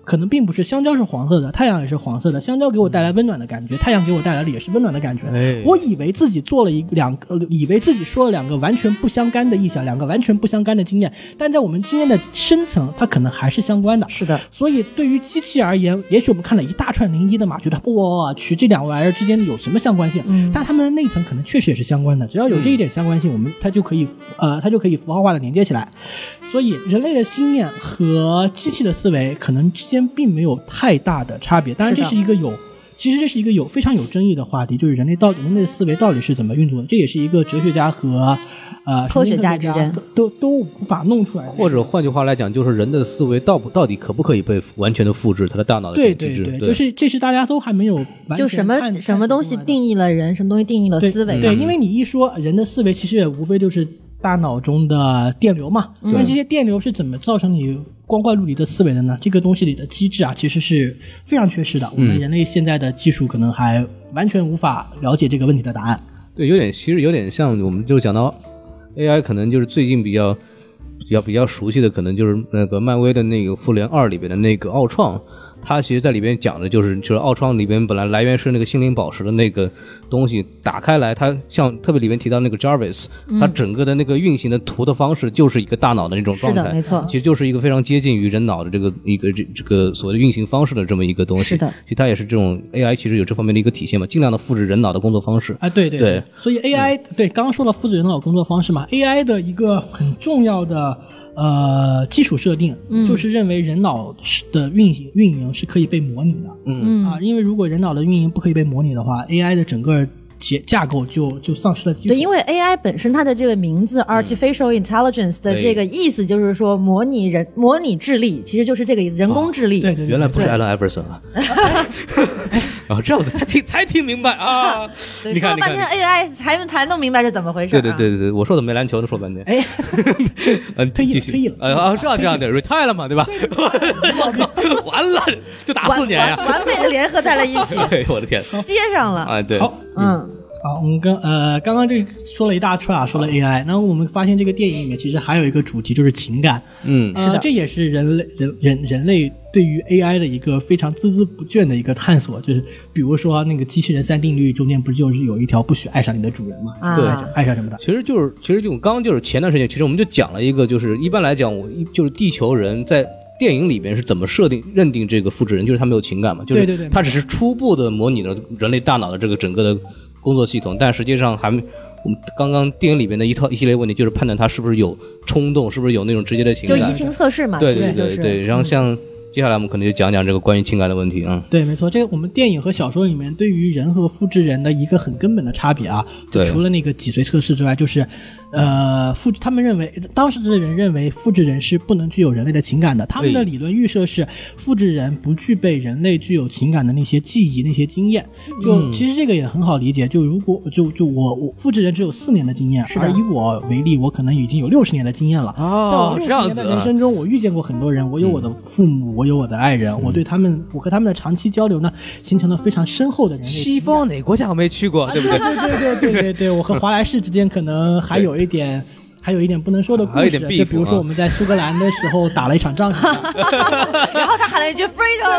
可能并不是香蕉是黄色的，太阳也是黄色的，香蕉给我带来温暖的感觉，太阳给我带来的也是温暖的感觉。我以为自己做了以为自己说了两个完全不相干的意象，两个完全不相干的经验，但在我们经验的深层，它可能还是相关的。 是的， 所以对于机器而言，也许我们看了一大串01的码，觉得我去这两玩意儿之间有什么相关性？但它们的内层可能确实也是相关的，只要有这一点相关性，它就可以符号化的连接起来。所以人类的经验和机器的思维可能之间并没有太大的差别。当然这是一个非常有争议的话题，就是人类的思维到底是怎么运作的，这也是一个哲学家和科学家之间都无法弄出来的。 或者换句话来讲，就是人的思维到底可不可以被完全的复制，他的大脑的机制。 对，就是这是大家都还没有完全就什么东西定义了人，什么东西定义了思维。 对，因为你一说人的思维，其实也无非就是大脑中的电流嘛。那这些电流是怎么造成你光怪陆离的思维的呢？这个东西里的机制啊，其实是非常缺失的。我们人类现在的技术可能还完全无法了解这个问题的答案。 对，其实有点像我们就讲到 AI， 可能就是最近比较熟悉的，可能就是那个漫威的那个复联2里边的那个奥创。它其实在里边讲的就是奥创里边本来来源是那个心灵宝石的那个东西，打开来它像特别里面提到那个 Jarvis，它整个的那个运行的图的方式就是一个大脑的那种状态， 是的，没错， 其实就是一个非常接近于人脑的这个所谓的运行方式的这么一个东西。 是的， 其实它也是这种 AI 其实有这方面的一个体现嘛，尽量的复制人脑的工作方式。对， 所以 AI 对刚刚说了复制人脑工作方式嘛 ，AI 的一个很重要的基础设定就是认为人脑的运营是可以被模拟的。因为如果人脑的运营不可以被模拟的话 ，AI 的整个架构就丧失了基础。 对，因为 AI 本身它的这个名字 Artificial Intelligence 的这个意思就是说模拟智力，其实就是这个意思，人工智力。 对， 原来不是 Alan Iverson 啊。这样子才听明白啊！ 对，说了半天 AI 才弄明白是怎么回事。 对，我说的没篮球的说半天。 退役了。 这样的 retire 了嘛，对吧？完了，就打4年呀！ 完美的联合在了一起。 我的天， 接上了啊！对， 好，我们刚刚这说了一大串啊，说了 AI， 然后我们发现这个电影里面其实还有一个主题就是情感。 是的， 这也是人类对于 AI 的一个非常孜孜不倦的一个探索，就是比如说那个机器人3定律中间不是就是有一条不许爱上你的主人嘛？ 对， 爱上什么的？ 其实就刚刚就是前段时间，其实我们就讲了一个，就是一般来讲，就是地球人在电影里边是怎么认定这个复制人，就是他没有情感嘛，就是他只是初步的模拟了人类大脑的这个整个的工作系统，但实际上我们刚刚电影里边的一系列问题，就是判断他是不是有冲动，是不是有那种直接的情感， 就移情测试嘛。 对，然后像接下来我们可能就讲讲这个关于情感的问题啊。 对，没错，这个我们电影和小说里面对于人和复制人的一个很根本的差别啊，就除了那个脊髓测试之外，就是他们当时的人认为复制人是不能具有人类的情感的，他们的理论预设是复制人不具备人类具有情感的那些记忆、那些经验。其实这个也很好理解，就如果我复制人只有4年的经验，而以我为例，我可能已经有60年的经验了。在我60年的人生中，我遇见过很多人，我有我的父母，我有我的爱人，我和他们的长期交流呢，形成了非常深厚的人类。 西方哪国家我没去过，对不对？对，我和华莱士之间可能还有一点不能说的故事，就比如说我们在苏格兰的时候打了一场仗什么的， 然后他喊了一句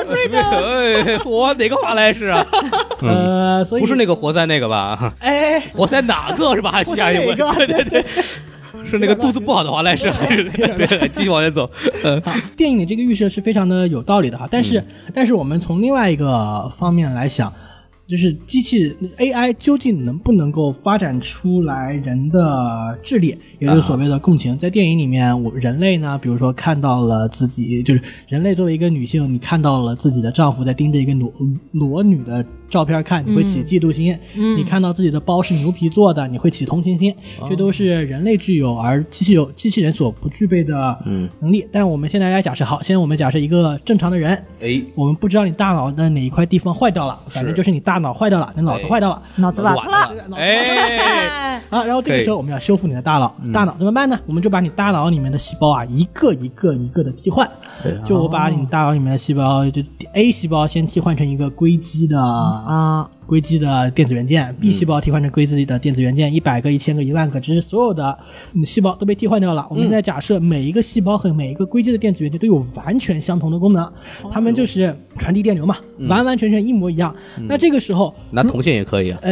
freedom， 我哪个华莱士啊？ 所以不是那个活塞那个吧？活塞哪个是吧？还下一个？对。是那个肚子不好的华莱士还是对？继续往前走。 电影里这个预设是非常的有道理的哈，但是我们从另外一个方面来想，就是机器 AI 究竟能不能够发展出来人的智力，也就是所谓的共情。在电影里面，人类呢，比如说看到了自己，就是人类作为一个女性，你看到了自己的丈夫在盯着一个裸女的照片看，你会起嫉妒心。你看到自己的包是牛皮做的，你会起同情心。这都是人类具有而机器人所不具备的能力。但我们现在来假设，好，现在我们假设一个正常的人，我们不知道你大脑的哪一块地方坏掉了，反正就是你大脑坏掉了，你脑子坏掉了， 脑子瓦特了， 然后这个时候我们要修复你的大脑，大脑怎么办呢？我们就把你大脑里面的细胞啊，一个一个的替换。就我把你大脑里面的细胞，就 A 细胞先替换成一个硅基的硅基的电子元件 ，B 细胞替换成硅基的电子元件，100个、1000个、10000个，只是所有的细胞都被替换掉了。我们现在假设每一个细胞和每一个硅基的电子元件都有完全相同的功能，它们就是传递电流嘛，完完全全一模一样。那这个时候拿铜线也可以啊。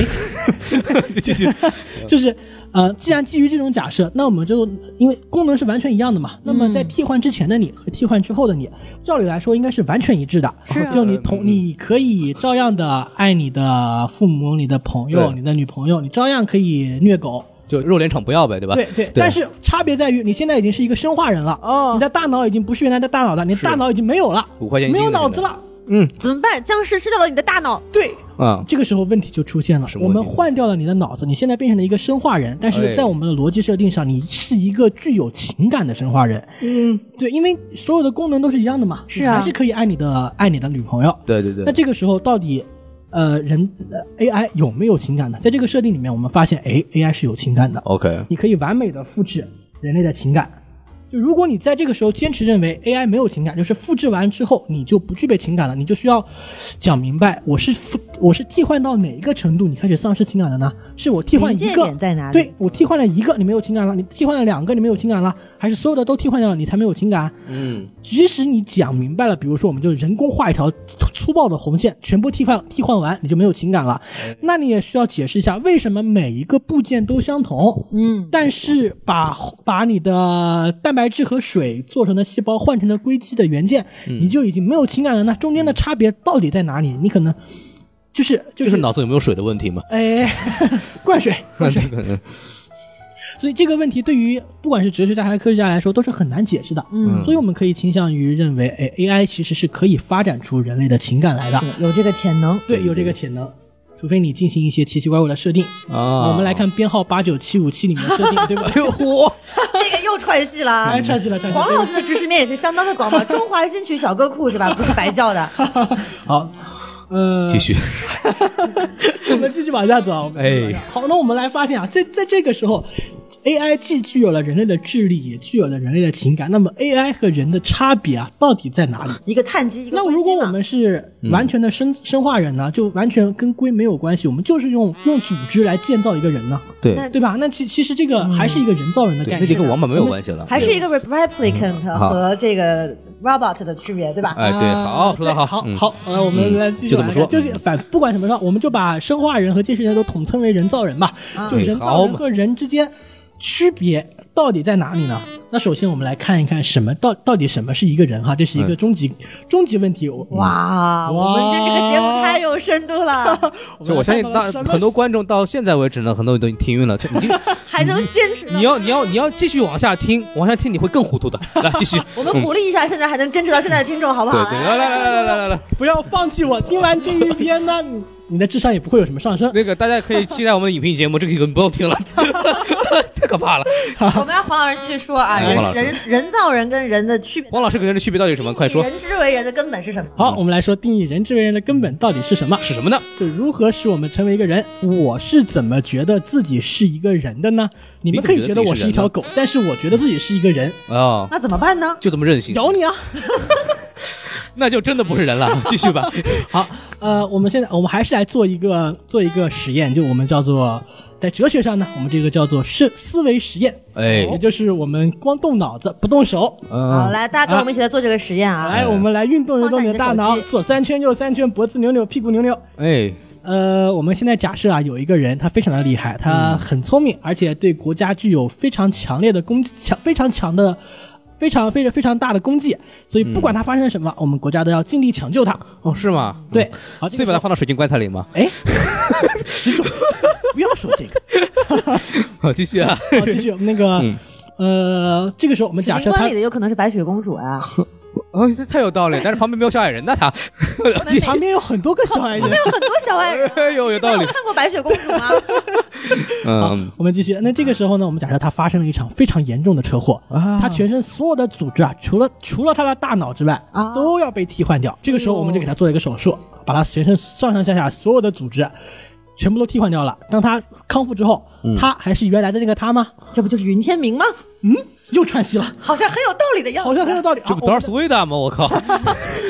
就是既然基于这种假设，那我们就因为功能是完全一样的嘛，那么在替换之前的你和替换之后的你，照理来说应该是完全一致的。就你可以照样的爱你的父母、你的朋友、你的女朋友，你照样可以虐狗。 就肉联厂不要呗，对吧？ 对。但是差别在于，你现在已经是一个生化人了，你的大脑已经不是原来的大脑了，你的大脑已经没有了 ，5块钱没有脑子了。 怎么办？僵尸吃掉了你的大脑。 对，这个时候问题就出现了。我们换掉了你的脑子，你现在变成了一个生化人，但是在我们的逻辑设定上，你是一个具有情感的生化人。对，因为所有的功能都是一样的嘛， 是啊， 还是可以爱你的女朋友。 对。 那这个时候到底人AI 有没有情感呢？在这个设定里面，我们发现AI 是有情感的。 OK， 你可以完美的复制人类的情感。就如果你在这个时候坚持认为 AI 没有情感，就是复制完之后你就不具备情感了，你就需要讲明白我是替换到哪一个程度你开始丧失情感了呢？是我替换一个点在哪里？ 对，我替换了一个你没有情感了，你替换了2个你没有情感了，还是所有的都替换掉了你才没有情感？即使你讲明白了，比如说我们就人工画一条粗暴的红线，全部替换完你就没有情感了，那你也需要解释一下为什么每一个部件都相同，但是把你的蛋白质和水做成的细胞换成了硅基的元件，你就已经没有情感了呢？中间的差别到底在哪里？你可能就是脑子有没有水的问题吗？ 灌水。所以这个问题对于不管是哲学家还是科学家来说都是很难解释的。所以我们可以倾向于认为AI 其实是可以发展出人类的情感来的， 有这个潜能。 对，有这个潜能。除非你进行一些奇奇怪怪的设定我们来看编号89757里面的设定，对吧？ 这个又串戏了， 串戏了。 黄老师的知识面也是相当的广嘛，中华金曲小歌库是吧？不是白叫的。 好， 继续， 我们继续往下走。好，那我们来发现啊，在这个时候。AI 既具有了人类的智力，也具有了人类的情感。那么 AI 和人的差别啊，到底在哪里？ 一个碳基，一个硅基嘛。 那如果我们是完全的生化人呢，就完全跟硅没有关系，我们就是用组织来建造一个人呢，对吧？那其实这个还是一个人造人的概念， 那就跟王八没有关系了， 还是一个 replicant 和这个 robot 的区别，对吧？ 对，好，说得好， 好，我们来继续就这么说， 就是不管什么说，我们就把生化人和机器人都统称为人造人吧。就人造人和人之间区别到底在哪里呢？那首先我们来看一看到底什么是一个人哈，这是一个终极问题。 哇，我们这个节目太有深度了。 就我相信很多观众到现在为止呢，很多人都已经听晕了，你还能坚持？ 你要继续往下听你会更糊涂的。来继续， 我们鼓励一下现在还能坚持到现在的听众，好不好？ 对，来， 不要放弃我。听完这一篇呢，你的智商也不会有什么上升。 那个大家可以期待我们的影评节目，这个不用听了，太可怕了。 我们让黄老师继续说啊，人造人跟人的区别。 黄老师跟人的区别到底是什么？快说。 人之为人的根本是什么？ 好，我们来说定义人之为人的根本到底是什么？ 是什么呢？ 就如何使我们成为一个人？我是怎么觉得自己是一个人的呢？你们可以觉得我是一条狗，但是我觉得自己是一个人啊， 那怎么办呢？ 就这么任性， 咬你啊！ 那就真的不是人了。继续吧。 好，我们还是来做一个实验，就我们叫做在哲学上呢，我们这个叫做思维实验，也就是我们光动脑子不动手。 好，来，大家跟我们一起来做这个实验啊！ 来，我们来运动你的大脑，左3圈右3圈，脖子扭扭，屁股扭扭。我们现在假设啊，有一个人他非常的厉害，他很聪明，而且对国家具有非常强烈的非常大的功绩，所以不管他发生什么，我们国家都要尽力抢救他。 是吗？ 对，好， 所以把他放到水晶棺材里吗？ 不要说这个。 好，继续啊， 继续那个，这个时候我们假设他里的有可能是白雪公主啊。 这太有道理，但是旁边没有小矮人呢，他旁边有很多个小矮人， 旁边有很多小矮人。 有道理。 看过白雪公主吗？ 好，我们继续。那这个时候呢，我们假设他发生了一场非常严重的车祸，他全身所有的组织啊，除了他的大脑之外，都要被替换掉。这个时候我们就给他做了一个手术，把他全身上上下下所有的组织全部都替换掉了。当他康复之后，他还是原来的那个他吗？ 这不就是云天明吗？ 又串戏了， 好像很有道理的样子。 好像很有道理。 这不 Darth Vader 吗？我靠！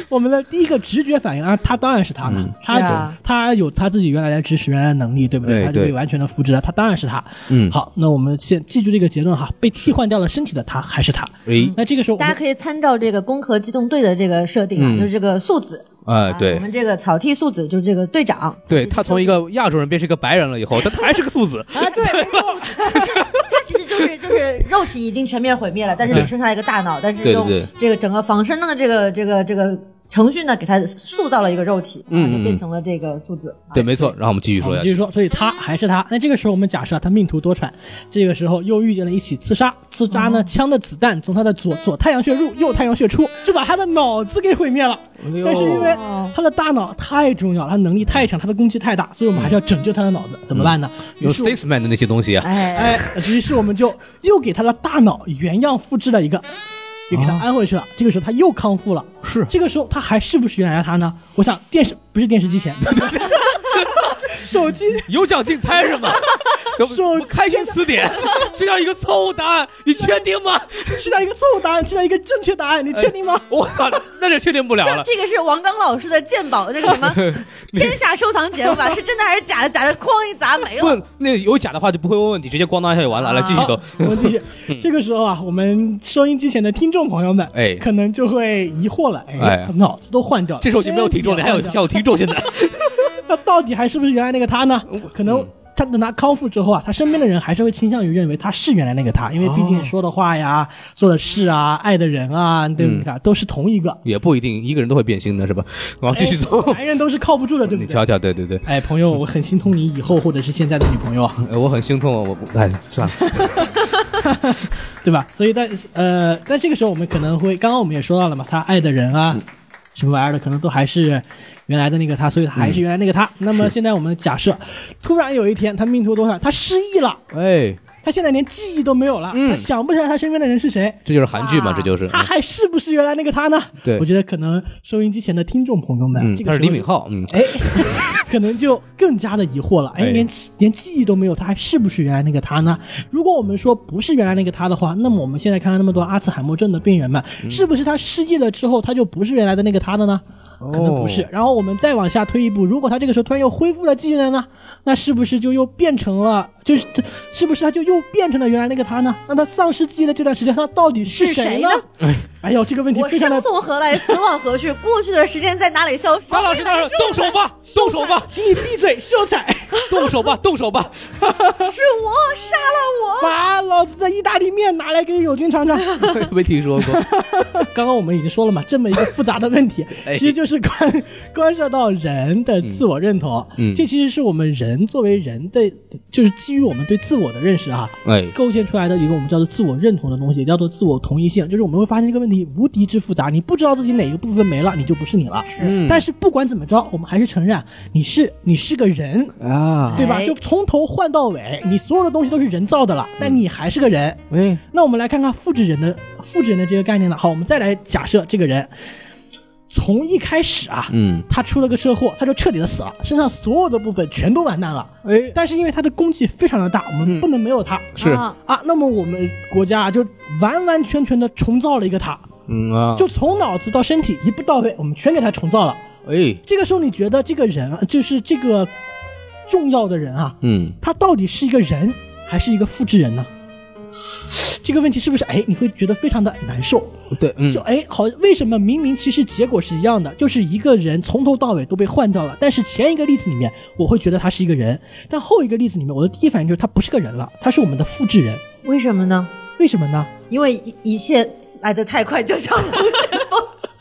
我们的第一个直觉反应啊，他当然是他嘛，他有他自己原来的知识、原来的能力，对不对？他就可以完全的复制了，他当然是他。好，那我们先记住这个结论哈，被替换掉了身体的他还是他。那这个时候大家可以参照这个攻壳机动队的这个设定啊，就是这个素子。 对， 我们这个草剃素子就是这个队长， 对，他从一个亚洲人变成一个白人了以后，他还是个素子啊，对，没错，他其实就是肉体已经全面毁灭了，但是只剩下一个大脑，但是用这个整个仿生的这个程序呢，给他塑造了一个肉体，就变成了这个素子。 对，没错。然后我们继续说下去。 继续说，所以他还是他。那这个时候我们假设他命途多舛，这个时候又遇见了一起刺杀呢，枪的子弹从他的左太阳穴入，右太阳穴出，就把他的脑子给毁灭了。但是因为他的大脑太重要，他能力太强，他的攻击太大，所以我们还是要拯救他的脑子。怎么办呢？ 用 Statesman 的那些东西啊。 于是我们就又给他的大脑原样复制了一个。又给他安回去了，这个时候他又康复了。 是， 这个时候他还是不是原来的他呢？我想不是电视机前，手机有奖竞猜是吗？开心词典，知道一个错误答案，你确定吗？ 知道一个错误答案，知道一个正确答案，你确定吗？ 我靠，那就确定不了了。 这个是王刚老师的鉴宝，这个什么天下收藏节目吧？是真的还是假的？假的哐一砸没了。 问那有假的话就不会问问题，直接咣当一下就完了。来继续走， 我们继续。这个时候啊，我们收音机前的听众朋友们，可能就会疑惑了，脑子都换掉了。 这时候就没有听众了，还有听众现在。 那到底还是不是原来那个他呢？可能。他等他康复之后啊，他身边的人还是会倾向于认为他是原来那个他，因为毕竟说的话呀、做的事啊、爱的人啊，对不对？都是同一个。 也不一定，一个人都会变心的，是吧？然后继续走。 男人都是靠不住的，对不对？ 你瞧瞧，对。 朋友，我很心痛你以后或者是现在的女朋友。 我很心痛，我不，算了， 对吧？所以但这个时候我们可能会，刚刚我们也说到了嘛，他爱的人啊，什么玩意儿的，可能都还是。原来的那个他，所以他还是原来那个他。那么现在我们假设，突然有一天他命途多舛，他失忆了，他现在连记忆都没有了，他想不起来他身边的人是谁。 这就是韩剧嘛，这就是他还是不是原来那个他呢？ 对， 我觉得可能收音机前的听众朋友们， 他是李敏镐， 可能就更加的疑惑了，连记忆都没有，他还是不是原来那个他呢？如果我们说不是原来那个他的话，那么我们现在看到那么多阿兹海默症的病人们，是不是他失忆了之后他就不是原来的那个他的呢？可能不是。然后我们再往下推一步，如果他这个时候突然又恢复了记忆了呢，那是不是就又变成了，是不是他就又变成了原来那个他呢？那他丧失记忆的这段时间他到底是谁呢？哎呦，这个问题非常的。 我生从何来，死往何去？过去的时间在哪里消失？ 高老师，动手吧， 请你闭嘴，秀才， 动手吧。 是我杀了我， 把老子的意大利面拿来给友军尝尝。 没听说过。 刚刚我们已经说了嘛，这么一个复杂的问题，其实就是关涉到人的自我认同。这其实是我们人作为人的，就是基于我们对自我的认识啊，构建出来的一个我们叫做自我认同的东西，叫做自我同一性。就是我们会发现这个问题无敌之复杂，你不知道自己哪个部分没了，你就不是你了。但是不管怎么着，我们还是承认你是个人啊，对吧？就从头换到尾，你所有的东西都是人造的了，但你还是个人。那我们来看看复制人的这个概念了。好，我们再来假设这个人从一开始啊，他出了个车祸，他就彻底的死了，身上所有的部分全都完蛋了。但是因为他的功绩非常的大，我们不能没有他。 是啊，那么我们国家就完完全全的重造了一个他。就从脑子到身体一步到位，我们全给他重造了。这个时候你觉得这个人就是这个重要的人啊，他到底是一个人还是一个复制人呢？这个问题是不是你会觉得非常的难受？ 对， 就好，为什么明明其实结果是一样的，就是一个人从头到尾都被换掉了，但是前一个例子里面我会觉得他是一个人，但后一个例子里面我的第一反应就是他不是个人了，他是我们的复制人。 为什么呢？ 因为一切来得太快，就像复制风。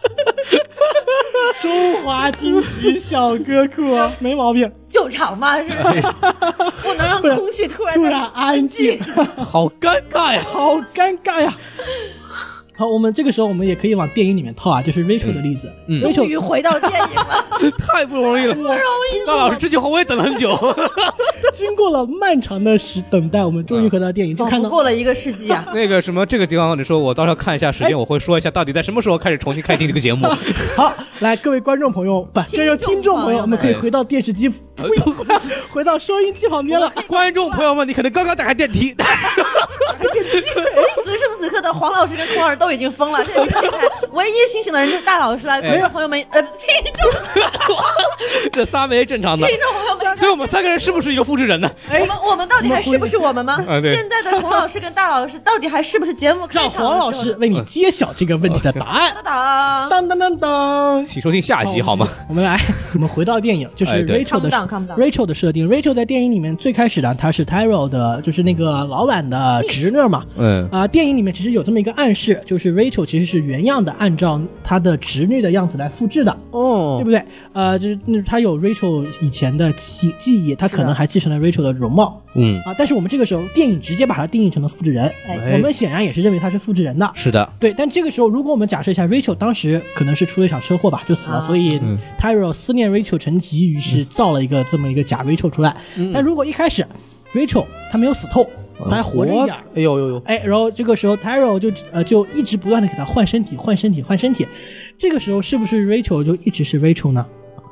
中华金曲小歌库，没毛病。 救场嘛，是吧？不能让空气突然安静， 好尴尬呀！好，我们这个时候我们也可以往电影里面套啊，就是 Rachel 的例子。 终于回到电影了， 太不容易了，大老师这句话我也等了很久。 经过了漫长的等待，我们终于回到电影，就看到过了1个世纪啊。 那个什么，这个地方你说我到时候看一下时间，我会说一下到底在什么时候开始重新开听这个节目。 好，来各位观众朋友，听众朋友，我们可以回到电视机，回到收音机旁边了。 观众朋友们，你可能刚刚打开电梯。 此时此刻的黄老师跟空耳都已经疯了。这个电台唯一清醒的人就是大老师了，观众朋友们，听众， 这仨没正常的听众朋友们， 所以我们3个人是不是一个复制人呢？ 我们到底还是不是我们吗？现在的孔老师跟大老师到底还是不是节目开场？ 让黄老师为你揭晓这个问题的答案。当当当当， 请收听下一集好吗？ 我们回到电影，就是 Rachel 的设定。Rachel 在电影里面最开始呢，她是 Tyrell 的，就是那个老板的侄女嘛。电影里面其实有这么一个暗示，就是 Rachel 其实是原样的按照她的侄女的样子来复制的，对不对？就是她有 Rachel 以前的记忆，她可能还继承了 Rachel 的容貌。但是我们这个时候电影直接把它定义成了复制人，我们显然也是认为她是复制人的。 是的， 对。但这个时候，如果我们假设一下 Rachel 当时可能是出了一场车祸吧，就死了，所以 Tyrell 思念 Rachel 成疾，于是造了一个这么一个假 Rachel 出来。但如果一开始 Rachel 她没有死透，她还活着一点， 哎呦， 然后这个时候 Tyrell 就一直不断的给她换身体，这个时候是不是 Rachel 就一直是 Rachel 呢？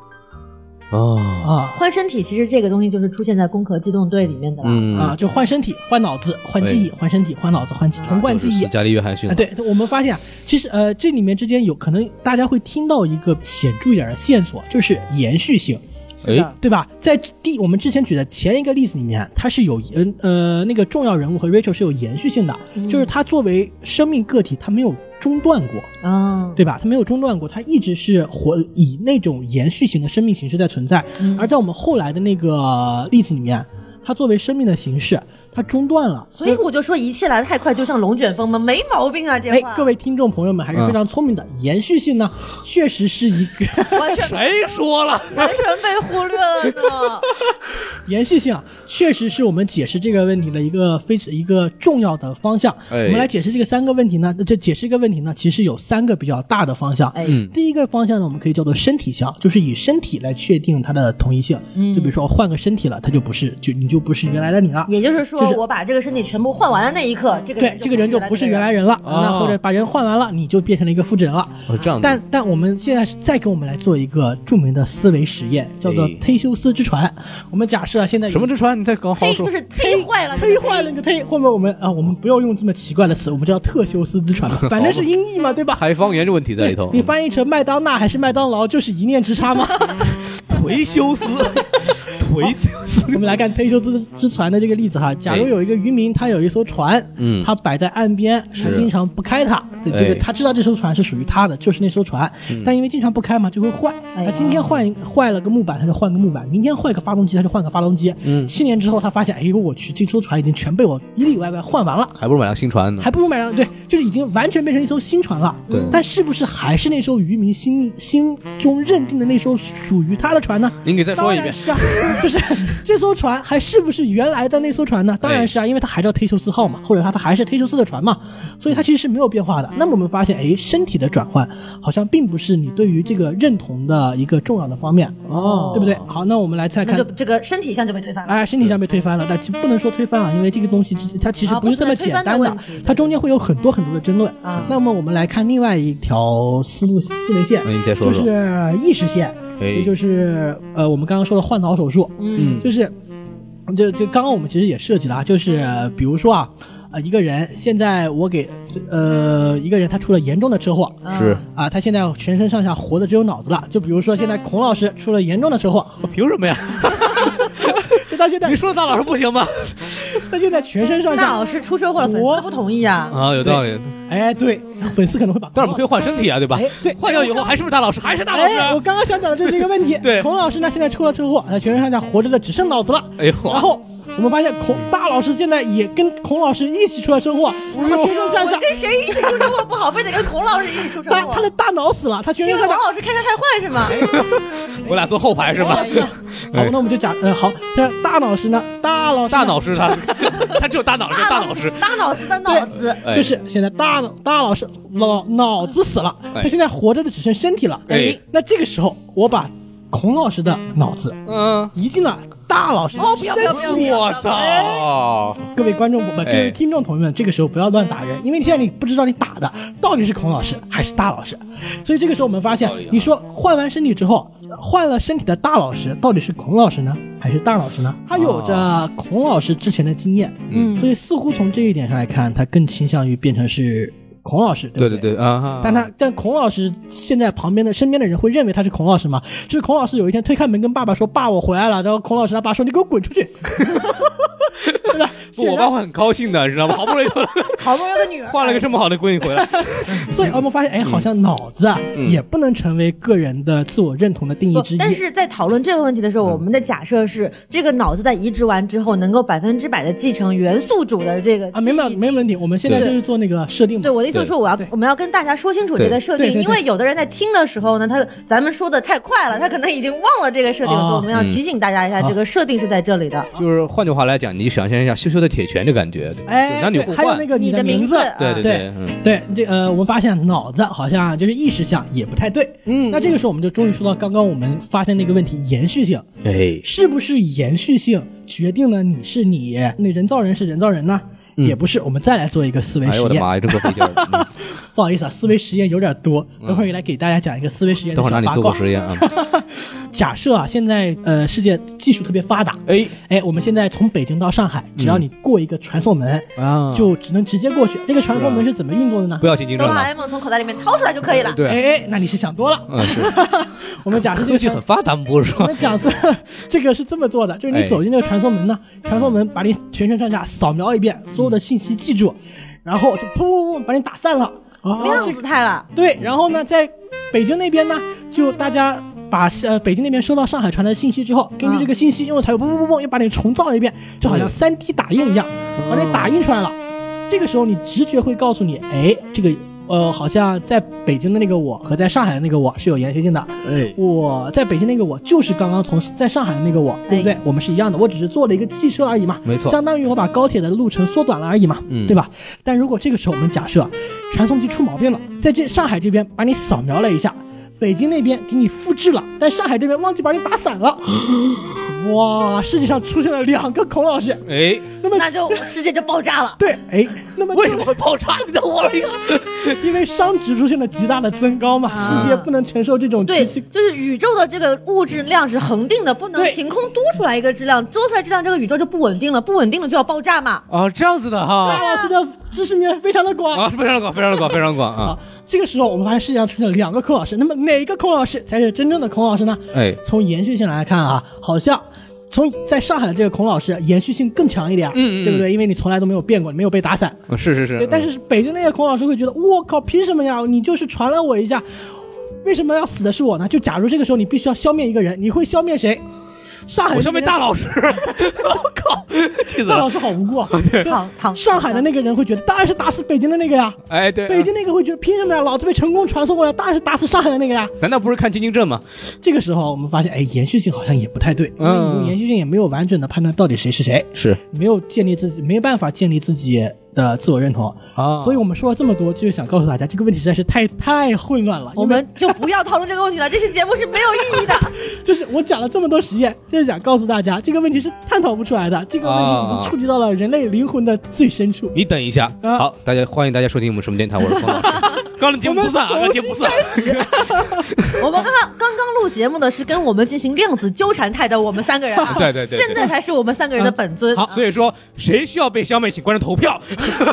换身体其实这个东西就是出现在攻壳机动队里面的了。 就换身体、换脑子、换记忆，换身体、换脑子、换重灌记忆。 斯嘉丽·约翰逊。 对，我们发现其实这里面之间有可能大家会听到一个显著一点的线索，就是延续性。对吧？在我们之前举的前一个例子里面，它是有那个重要人物和 Rachel 是有延续性的，就是他作为生命个体，他没有中断过对吧？他没有中断过，他一直是以那种延续型的生命形式在存在。而在我们后来的那个例子里面，它作为生命的形式，它中断了。 所以我就说一切来得太快，就像龙卷风嘛，没毛病啊，这话。 各位听众朋友们还是非常聪明的。延续性呢，确实是一个谁说了？ 完全被忽略了呢。 延续性确实是我们解释这个问题的一个重要的方向。我们来解释这个3个问题呢，这解释一个问题呢，其实有3个比较大的方向。第一个方向呢，我们可以叫做身体项，就是以身体来确定它的同一性。就比如说我换个身体了，它就不是，你就不是原来的你了。 也就是说，我把这个身体全部换完的那一刻，这个人就不是原来人了。那或者把人换完了，你就变成了一个复制人了。 这样。 但我们现在再给我们来做一个著名的思维实验，叫做忒修斯之船。我们假设现在什么之船？你再好好说。 就是忒坏了那个忒。后面我们不要用这么奇怪的词，我们叫特修斯之船吧，反正是音译嘛，对吧？ 还有方言的问题在里头。 你翻译成麦当娜还是麦当劳，就是一念之差吗？ 忒修斯。 我们来看忒修斯之船的这个例子哈。假如有一个渔民，他有一艘船，他摆在岸边，他经常不开它，这个他知道这艘船是属于他的，就是那艘船，但因为经常不开嘛，就会坏。他今天坏了个木板，他就换个木板；明天换个发动机，他就换个发动机。7年之后，他发现，哎呦我去，这艘船已经全被我里里外外换完了， 还不如买辆新船呢。 对，就是已经完全变成一艘新船了。但是不是还是那艘渔民心中认定的那艘属于他的船呢？ 您给再说一遍。 是啊，就是这艘船还是不是原来的那艘船呢？当然是啊，因为它还叫忒修斯号嘛，或者它还是忒修斯的船嘛，所以它其实是没有变化的。那么我们发现，身体的转换好像并不是你对于这个认同的一个重要的方面，对不对？好，那我们来再看， 那就这个身体项就被推翻了。 身体项被推翻了，但不能说推翻了，因为这个东西它其实不是这么简单的，它中间会有很多很多的争论。那么我们来看另外一条思维线，就是意识线。也就是我们刚刚说的换脑手术，就是就刚刚我们其实也涉及了，就是比如说一个人现在我给一个人他出了严重的车祸， 是他现在全身上下活的只有脑子了。就比如说现在孔老师出了严重的车祸， 我凭什么呀？ 到现在你说大老师不行吗？ 他现在全身上下， 大老师出车祸了，粉丝不同意啊。 有道理。 对，粉丝可能会把， 但是我们可以换身体啊，对吧？ 对， 换掉以后还是不是大老师？还是大老师。 我刚刚想讲的就是这个问题。 对， 孔老师呢现在出了车祸，他全身上下活着的只剩脑子了。然后我们发现大老师现在也跟孔老师一起出了车祸，他全身上下跟谁一起出车祸不好，非得跟孔老师一起出车祸。 他的大脑死了，他全身上下。 孔老师开车太坏是吗？ 我俩坐后排是吗？ 好，那我们就讲好，大老师呢？大老师他只有大脑师， 大脑子的脑子， 就是现在大老师脑子死了，他现在活着的只剩身体了。那这个时候我把孔老师的脑子移进了大老师的身体。 我操！ 各位观众朋友们，各位听众朋友们，这个时候不要乱打人，因为现在你不知道你打的到底是孔老师还是大老师。所以这个时候我们发现，你说换完身体之后，换了身体的大老师到底是孔老师呢还是大老师呢？他有着孔老师之前的经验，所以似乎从这一点上来看，他更倾向于变成是孔老师，对不对啊！ 但孔老师现在身边的人会认为他是孔老师吗？就是孔老师有一天推开门跟爸爸说：“爸，我回来了。”然后孔老师他爸说：“你给我滚出去！”对吧？ 我爸会很高兴的，知道吗？好不容易有个女儿， 换了个这么好的闺女回来。 所以我们发现，好像脑子也不能成为个人的自我认同的定义之一。 但是在讨论这个问题的时候，我们的假设是，这个脑子在移植完之后，能够100%的继承元素组的这个没问题。我们现在就是做那个设定。 对，我的意思是说，我们要跟大家说清楚这个设定，因为有的人在听的时候呢，咱们说的太快了，他可能已经忘了这个设定，所以我们要提醒大家一下，这个设定是在这里的。 就是换句话来讲，你想象一下羞羞的铁拳的感觉，男女互换， 还有那个你的名字， 对， 我们发现脑子好像就是意识上也不太对。那这个时候我们就终于说到刚刚我们发现那个问题，延续性，是不是延续性决定了你是你，那人造人是人造人呢？也不是。我们再来做一个思维实验。哎呦我的妈呀，这个费劲儿。 不好意思啊，思维实验有点多，等会儿来给大家讲一个思维实验的小八卦。 等会儿拿你做个实验啊。 假设啊，现在世界技术特别发达，我们现在从北京到上海，只要你过一个传送门就只能直接过去。这个传送门是怎么运作的呢？ 不要进京城了， 哆啦 A 梦从口袋里面掏出来就可以了。 对，那你是想多了。 是。 我们假设科技很发达，不是说。 我们假设这个是这么做的，就是你走进那个传送门呢，传送门把你全身上下扫描一遍，所有的信息记住，然后就砰把你打散了。 量子态了。 对，然后呢，在北京那边呢，就大家把北京那边收到上海传来的信息之后，根据这个信息用的材料砰又把你重造了一遍，就好像3D 打印一样，把你打印出来了。这个时候你直觉会告诉你，这个好像在北京的那个我和在上海的那个我是有延续性的。我在北京那个我就是刚刚在上海的那个我，对不对？我们是一样的，我只是做了一个汽车而已嘛， 没错， 相当于我把高铁的路程缩短了而已嘛，对吧？但如果这个时候我们假设传送机出毛病了，在上海这边把你扫描了一下，北京那边给你复制了，但上海这边忘记把你打散了。哇，世界上出现了2个孔老师， 那就世界就爆炸了。 对，那么为什么会爆炸？你等我了一个， 因为熵值出现了极大的增高嘛，世界不能承受这种对，就是宇宙的这个物质量是恒定的，不能凭空多出来一个质量，多出来质量这个宇宙就不稳定了，不稳定了就要爆炸嘛。 这样子的哈。 大老师的知识面非常的广非常的广啊。 这个时候我们发现世界上出现了2个孔老师，那么哪个孔老师才是真正的孔老师呢？从延续性来看啊，好像在上海的这个孔老师延续性更强一点，对不对？因为你从来都没有变过，你没有被打散。 是。 对，但是北京那些孔老师会觉得，我靠，凭什么呀？你就是传了我一下，为什么要死的是我呢？就假如这个时候你必须要消灭一个人，你会消灭谁？上海我消灭大老师。我靠， 大老师好无辜啊！上海的那个人会觉得，当然是打死北京的那个呀。 对， 北京那个会觉得，凭什么呀？老子被成功传送过来，当然是打死上海的那个呀。 难道不是看京津镇吗？ 这个时候我们发现，延续性好像也不太对，因为你延续性也没有完整的判断到底谁是谁， 是没有办法建立自己的自我认同所以我们说了这么多，就是想告诉大家，这个问题实在是太混乱了。 我们就不要讨论这个问题了，这期节目是没有意义的。 就是我讲了这么多实验，就是想告诉大家，这个问题是探讨不出来的，这个问题已经触及到了人类灵魂的最深处。 你等一下，好，欢迎大家收听我们什么电台，我是冯老师。刚才节目不算，节目不算。 我们刚刚录节目的是跟我们进行量子纠缠态的我们3个人， 对， 现在才是我们3个人的本尊。 好，所以说谁需要被消灭，请观众投票。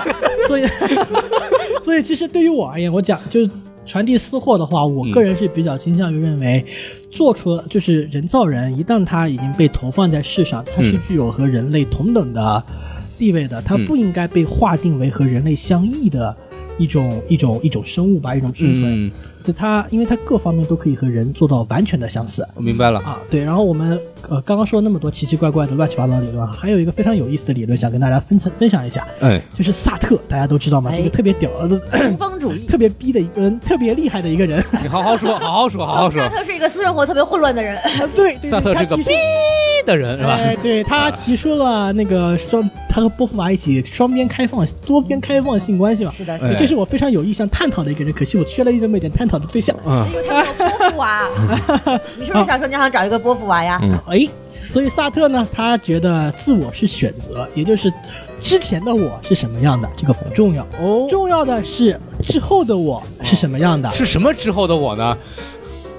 所以其实对于我而言，我讲就是传递私货的话，我个人是比较倾向于认为，做出了就是人造人，一旦他已经被投放在世上，他是具有和人类同等的地位的，他不应该被划定为和人类相异的一种生物吧，一种生存。就它，因为它各方面都可以和人做到完全的相似。 我明白了啊，对。然后我们刚刚说了那么多奇奇怪怪的乱七八糟的理论，还有一个非常有意思的理论想跟大家分享一下。就是萨特，大家都知道吗？这个特别屌的东方主义， 特别逼的一个特别厉害的一个人。 你好好说。 萨特是一个私生活特别混乱的人。 对， 萨特是个逼的人是吧？ 对，他提出了那个他和波伏娃一起多边开放性关系嘛。 是的， 这是我非常有意向探讨的一个人，可惜我缺了这么一点探讨的对象。 因为他有波伏娃。你是不是想说你想找一个波伏娃呀？ 所以萨特呢，他觉得自我是选择，也就是之前的我是什么样的，这个不重要。重要的是之后的我是什么样的。 是什么之后的我呢？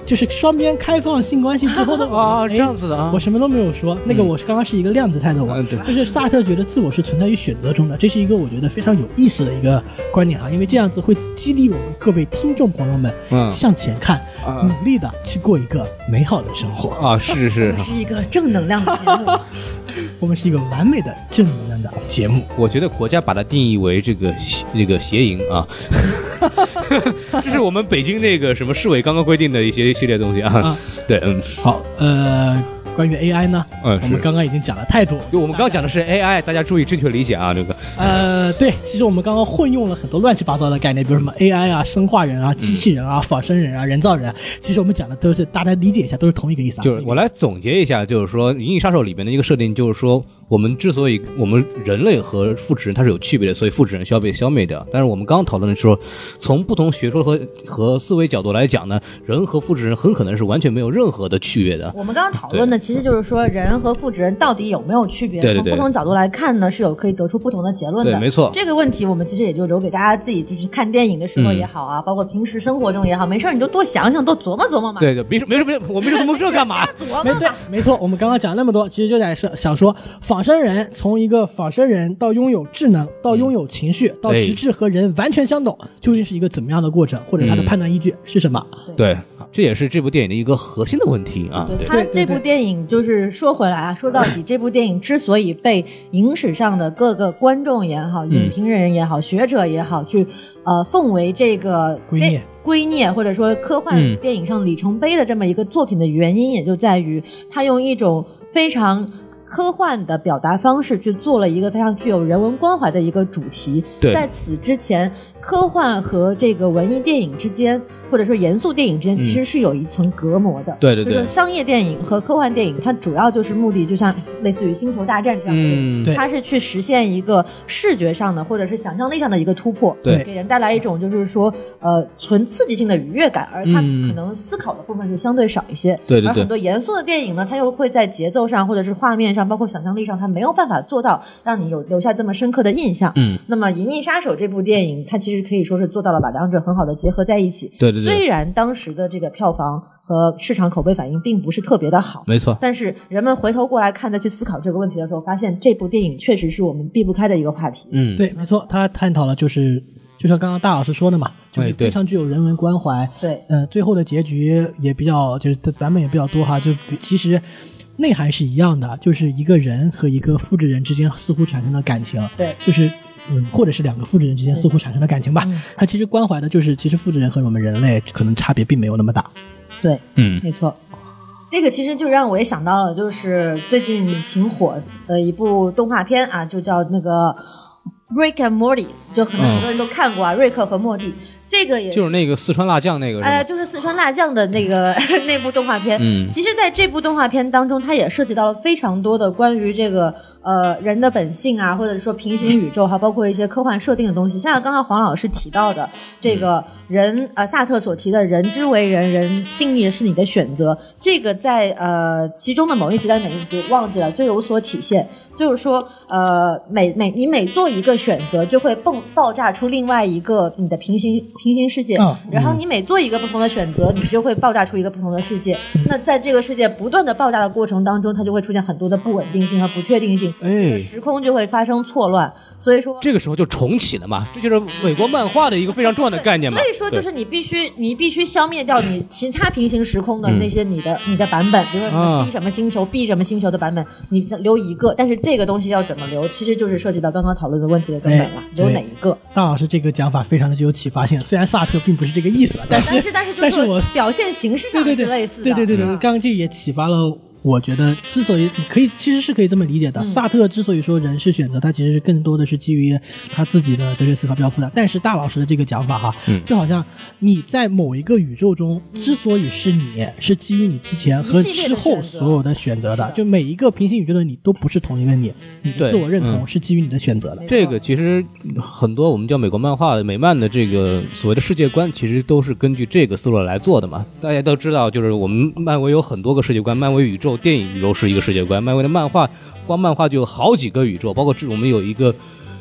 就是双边开放性关系之后的啊，这样子的啊， 我什么都没有说，那个我是刚刚是一个量子态的我，就是萨特觉得自我是存在于选择中的，这是一个我觉得非常有意思的一个观点因为这样子会激励我们各位听众朋友们向前看，努力的去过一个美好的生活啊，是是一个正能量的节目。 我们是一个完美的正能量的节目。 我觉得国家把它定义为这个邪淫啊，这是我们北京那个什么市委刚刚规定的一些系列东西啊。对， 好，关于 AI 呢，我们刚刚已经讲了太多。 我们刚刚讲的是 AI， 大家注意正确理解啊。这个对，其实我们刚刚混用了很多乱七八糟的概念，比如什么 AI 啊、生化人啊、机器人啊、仿生人啊、人造人啊，其实我们讲的都是大家理解一下，都是同一个意思。 就是我来总结一下，就是说《银翼杀手》里面的一个设定，就是说我们之所以我们人类和复制人它是有区别的，所以复制人需要被消灭掉。但是我们刚刚讨论的说，从不同学说和思维角度来讲呢，人和复制人很可能是完全没有任何的区别的。 我们刚刚讨论的其实就是说，人和复制人到底有没有区别？从不同角度来看呢，是有可以得出不同的结论的。 对，没错。 这个问题我们其实也就留给大家自己，就是看电影的时候也好啊，包括平时生活中也好，没事你就多想想，多琢磨琢磨嘛。 对，没事，我没琢磨这干嘛？ 没错，我们刚刚讲那么多，其实就在想说，仿生人从一个仿生人到拥有智能，到拥有情绪，到直至和人完全相懂，究竟是一个怎么样的过程，或者他的判断依据是什么？ 对，这也是这部电影的一个核心的问题啊。 对，他这部电影就是说回来啊，说到底，这部电影之所以被影史上的各个观众也好、影评人也好、学者也好去奉为这个圭臬或者说科幻电影上里程碑的这么一个作品的原因，也就在于他用一种非常科幻的表达方式去做了一个非常具有人文关怀的一个主题。在此之前，科幻和这个文艺电影之间，或者说严肃电影之间，其实是有一层隔膜的。 对， 就是商业电影和科幻电影，它主要就是目的，就像类似于《星球大战》这样的电影，它是去实现一个视觉上的或者是想象力上的一个突破，给人带来一种就是说纯刺激性的愉悦感，而它可能思考的部分就相对少一些。 对， 而很多严肃的电影呢，它又会在节奏上或者是画面上，包括想象力上，它没有办法做到让你留下这么深刻的印象。那么《银翼杀手》这部电影，它其实可以说是做到了把两者很好的结合在一起。 对， 虽然当时的这个票房和市场口碑反应并不是特别的好， 没错， 但是人们回头过来看，再去思考这个问题的时候，发现这部电影确实是我们避不开的一个话题。 对，没错，他探讨了就像刚刚大老师说的嘛，就是非常具有人文关怀。 对， 最后的结局也比较，就是版本也比较多哈，就其实内涵是一样的，就是一个人和一个复制人之间似乎产生的感情。 对， 就是或者是两个复制人之间似乎产生的感情吧。它其实关怀的就是其实复制人和我们人类可能差别并没有那么大。 对，没错。这个其实就让我也想到了，就是最近挺火的一部动画片啊，就叫那个Rick and Morty， 就很多人都看过啊，瑞克和莫蒂。这个也就是那个四川辣酱那个， 就是四川辣酱的那个那部动画片。其实在这部动画片当中，它也涉及到了非常多的关于这个人的本性啊，或者说平行宇宙，还包括一些科幻设定的东西。像刚刚黄老师提到的这个人萨特所提的人之为人，人定义的是你的选择，这个在其中的某一集在哪一集忘记了，就有所体现。就是说你每做一个选择，就会爆炸出另外一个你的平行世界，然后你每做一个不同的选择，你就会爆炸出一个不同的世界。那在这个世界不断的爆炸的过程当中，它就会出现很多的不稳定性和不确定性，时空就会发生错乱。所以说这个时候就重启了嘛，这就是美国漫画的一个非常重要的概念嘛。 所以说就是你必须消灭掉你其他平行时空的那些你的版本，比如说什么 C 什么星球 B 什么星球的版本，你留一个，但是这个东西要怎么留，其实就是涉及到刚刚讨论的问题的根本了，留哪一个。 大老师这个讲法非常的具有启发性，虽然萨特并不是这个意思，但是我表现形式上是类似的。 对，刚刚这也启发了。我觉得之所以其实是可以这么理解的，萨特之所以说人是选择，他其实是更多的是基于他自己的哲学思考比较复杂。但是大老师的这个讲法哈，就好像你在某一个宇宙中之所以是你，是基于你之前和之后所有的选择的，就每一个平行宇宙的你都不是同一个你的自我认同是基于你的选择的。 这个其实很多我们叫美国漫画美漫的这个所谓的世界观，其实都是根据这个思路来做的嘛。大家都知道，就是我们漫威有很多个世界观，漫威宇宙电影宇宙是一个世界观，漫威的漫画光漫画就有好几个宇宙，包括我们有一个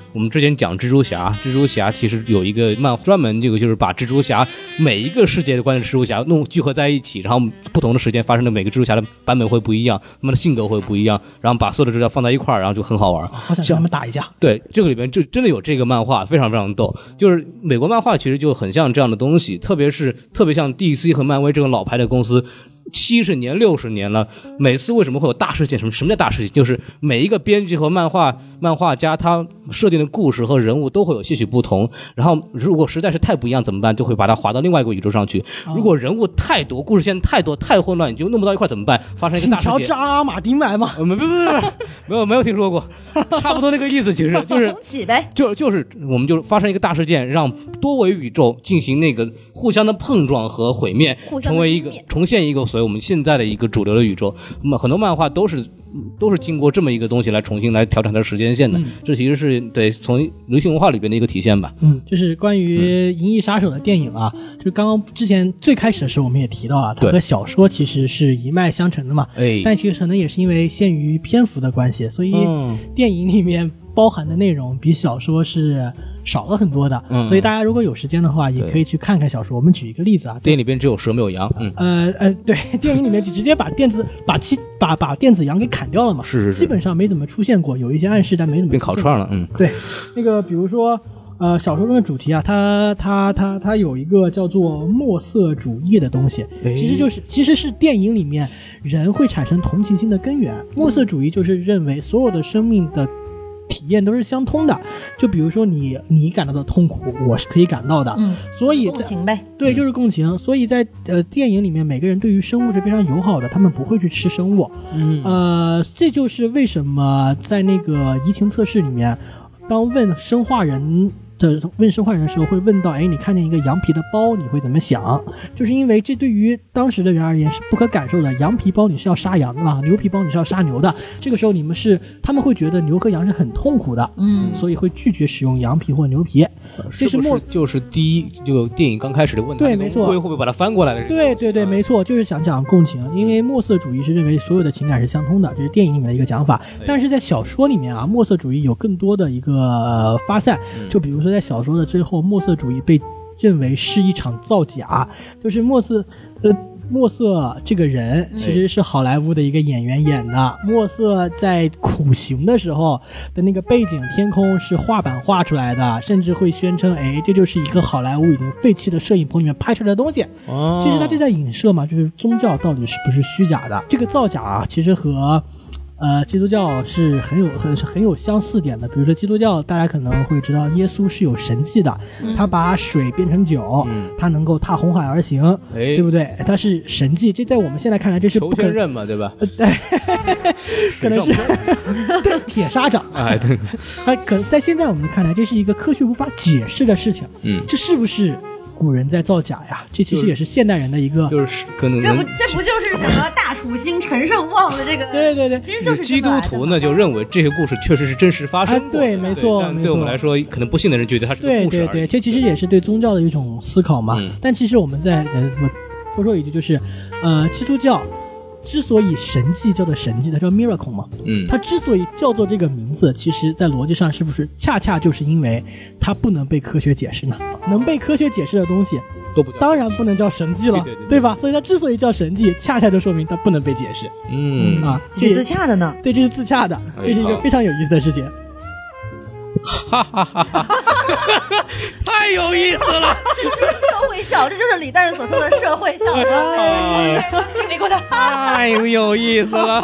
我们之前讲蜘蛛侠其实有一个专门这个就是把蜘蛛侠每一个世界的关键蜘蛛侠聚合在一起，然后不同的时间发生的每个蜘蛛侠的版本会不一样，他们的性格会不一样，然后把所有的蜘蛛侠放在一块儿，然后就很好玩。 好想跟他们打一架。 对，这个里面就真的有这个漫画，非常非常逗。就是美国漫画其实就很像这样的东西，特别像 DC 和漫威这种老牌的公司。70年60年了，每次为什么会有大事件？什么叫大事件？就是每一个编剧和漫画家他设定的故事和人物都会有些许不同，然后如果实在是太不一样怎么办？就会把它划到另外一个宇宙上去。如果人物太多，故事线太多太混乱，你就弄不到一块怎么办？发生一个大事件。 请乔治阿马丁来吗？ 没有听说过，差不多那个意思，其实就是重启呗， 就是我们就发生一个大事件，让多维宇宙进行那个互相的碰撞和毁灭，成为一个重现一个所谓我们现在的一个主流的宇宙。那么很多漫画都是经过这么一个东西来重新来调整它的时间线的，这其实是对从流行文化里边的一个体现吧。 就是关于《银翼杀手》的电影啊，就刚刚之前最开始的时候我们也提到了，它和小说其实是一脉相承的嘛。但其实可能也是因为限于篇幅的关系，所以电影里面包含的内容比小说是少了很多的，所以大家如果有时间的话，也可以去看看小说。我们举一个例子啊， 电影里边只有蛇没有羊， 对，电影里面就直接把电子羊给砍掉了嘛， 是， 基本上没怎么出现过，有一些暗示，但没怎么变烤串了， 对，那个比如说。小说中的主题啊，它有一个叫做墨色主义的东西，其实是电影里面人会产生同情心的根源。墨色主义就是认为所有的生命的体验都是相通的，就比如说你感到的痛苦，我是可以感到的，所以共情呗， 对，就是共情。所以在电影里面，每个人对于生物是非常友好的，他们不会去吃生物。这就是为什么在那个移情测试里面，当问生化人的时候会问到，你看见一个羊皮的包你会怎么想？就是因为这对于当时的人而言是不可感受的，羊皮包你是要杀羊的嘛，牛皮包你是要杀牛的，这个时候他们会觉得牛和羊是很痛苦的，所以会拒绝使用羊皮或牛皮。这是就是第一就电影刚开始的问题， 对，没错， 会不会把它翻过来的？ 对，没错，就是想讲共情，因为墨色主义是认为所有的情感是相通的，这是电影里面的一个讲法。但是在小说里面啊，墨色主义有更多的一个发散，就比如说在小说的最后，墨色主义被认为是一场造假，就是墨色这个人其实是好莱坞的一个演员演的。墨色在苦行的时候的那个背景天空是画板画出来的，甚至会宣称这就是一个好莱坞已经废弃的摄影棚里面拍出来的东西。其实他就在影射嘛，就是宗教到底是不是虚假的。这个造假啊，其实和基督教是很有相似点的。比如说基督教大家可能会知道耶稣是有神迹的，他把水变成酒，他能够踏红海而行，对不对？他是神迹，这在我们现在看来这是不可求天任嘛，对吧？ 对，可能是对铁砂掌， 对， 可能在现在我们看来这是一个科学无法解释的事情，这是不是古人在造假呀？这其实也是现代人的一个， 就是可能这不就是什么大楚兴陈胜旺的这个？ 对， 其实就是基督徒呢就认为这些故事确实是真实发生过， 对，没错。 但对我们来说，可能不信的人觉得它是个故事而已。 对，这其实也是对宗教的一种思考嘛。但其实我们在我多说一句，就是基督教之所以神迹叫做神迹，它叫 miracle 嘛，它之所以叫做这个名字，其实在逻辑上是不是恰恰就是因为它不能被科学解释呢？能被科学解释的东西都不叫， 当然不能叫神迹了，对吧？所以它之所以叫神迹，恰恰就说明它不能被解释。 这是自洽的呢。 对，这是自洽的，这是一个非常有意思的事情。 哈哈哈哈哈！太有意思了， 社会笑，这就是李诞所说的社会笑。经历过的， 太有意思了，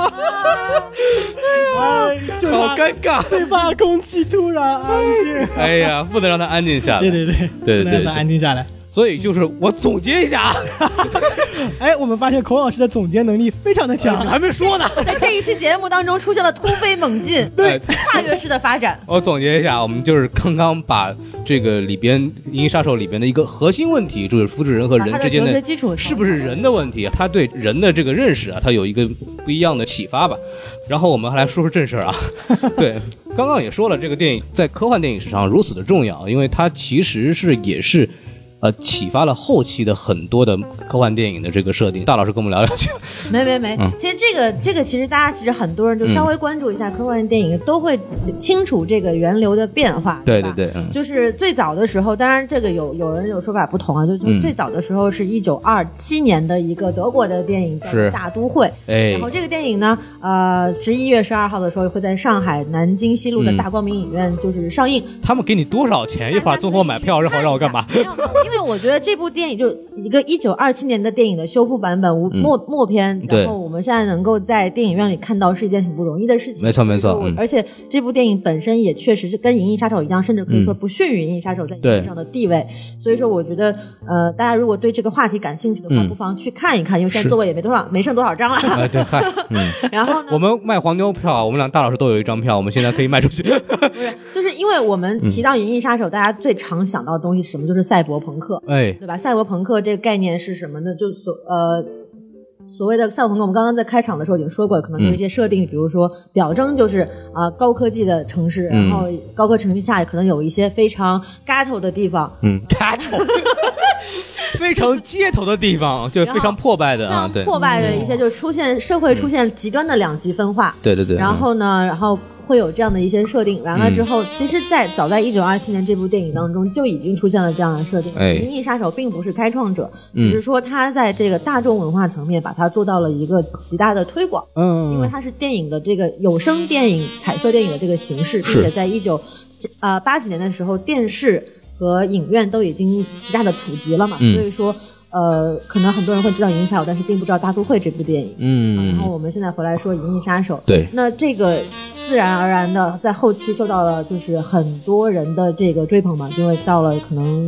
好尴尬， 最怕空气突然安静。 哎呀，不能让它安静下来。 对，不能让它安静下来。 所以就是我总结一下， 我们发现孔老师的总结能力非常的强， 还没说呢。 在这一期节目当中出现了突飞猛进， 对， 跨越式的发展。 我总结一下，我们就是刚刚把这个里边《银翼杀手》里边的一个核心问题，就是复制人和人之间的是不是人的问题，他对人的这个认识啊，他有一个不一样的启发吧。然后我们还来说说正事啊，对，刚刚也说了，这个电影在科幻电影史上如此的重要，因为它其实也是启发了后期的很多的科幻电影的这个设定。大老师跟我们聊聊去。 没，其实这个其实大家其实很多人就稍微关注一下科幻电影，都会清楚这个源流的变化。 对， 就是最早的时候，当然这个有人有说法不同啊，就最早的时候是1927年的一个德国的电影叫《大都会》，然后这个电影呢，11月12号的时候会在上海南京西路的大光明影院就是上映。 他们给你多少钱？一会儿综合买票让我干嘛？ 因为我觉得这部电影就一个1927年的电影的修复版本默片，然后我们现在能够在电影院里看到是一件挺不容易的事情。 没错， 而且这部电影本身也确实是跟《银翼杀手》一样，甚至可以说不逊于《银翼杀手》在影史上的地位。所以说，我觉得大家如果对这个话题感兴趣的话，不妨去看一看，因为现在座位也没剩多少张了。 对，然后呢，我们卖黄牛票，我们俩大老师都有一张票，我们现在可以卖出去。 不是，就是因为我们提到《银翼杀手》，大家最常想到的东西是什么？就是赛博朋克，对吧？赛博朋克这个概念是什么呢？就所谓的赛博朋克，我们刚刚在开场的时候已经说过，可能有一些设定，比如说表征就是高科技的城市，然后高科技城市下也可能有一些非常 ghetto 的地方 ，ghetto 非常街头的地方，就是非常破败的啊，对， 破败的一些就社会出现极端的两极分化， 对， 然后呢，然后会有这样的一些设定，完了之后，其实早在1927年这部电影当中就已经出现了这样的设定。银翼杀手并不是开创者，只是说他在这个大众文化层面把它做到了一个极大的推广。因为它是电影的这个有声电影、彩色电影的这个形式，并且在1980几年的时候，电视和影院都已经极大的普及了嘛，所以说。可能很多人会知道《银翼杀手》，但是并不知道《大都会》这部电影。然后我们现在回来说《银翼杀手》。 对。 那这个自然而然的在后期受到了就是很多人的这个追捧嘛，因为到了可能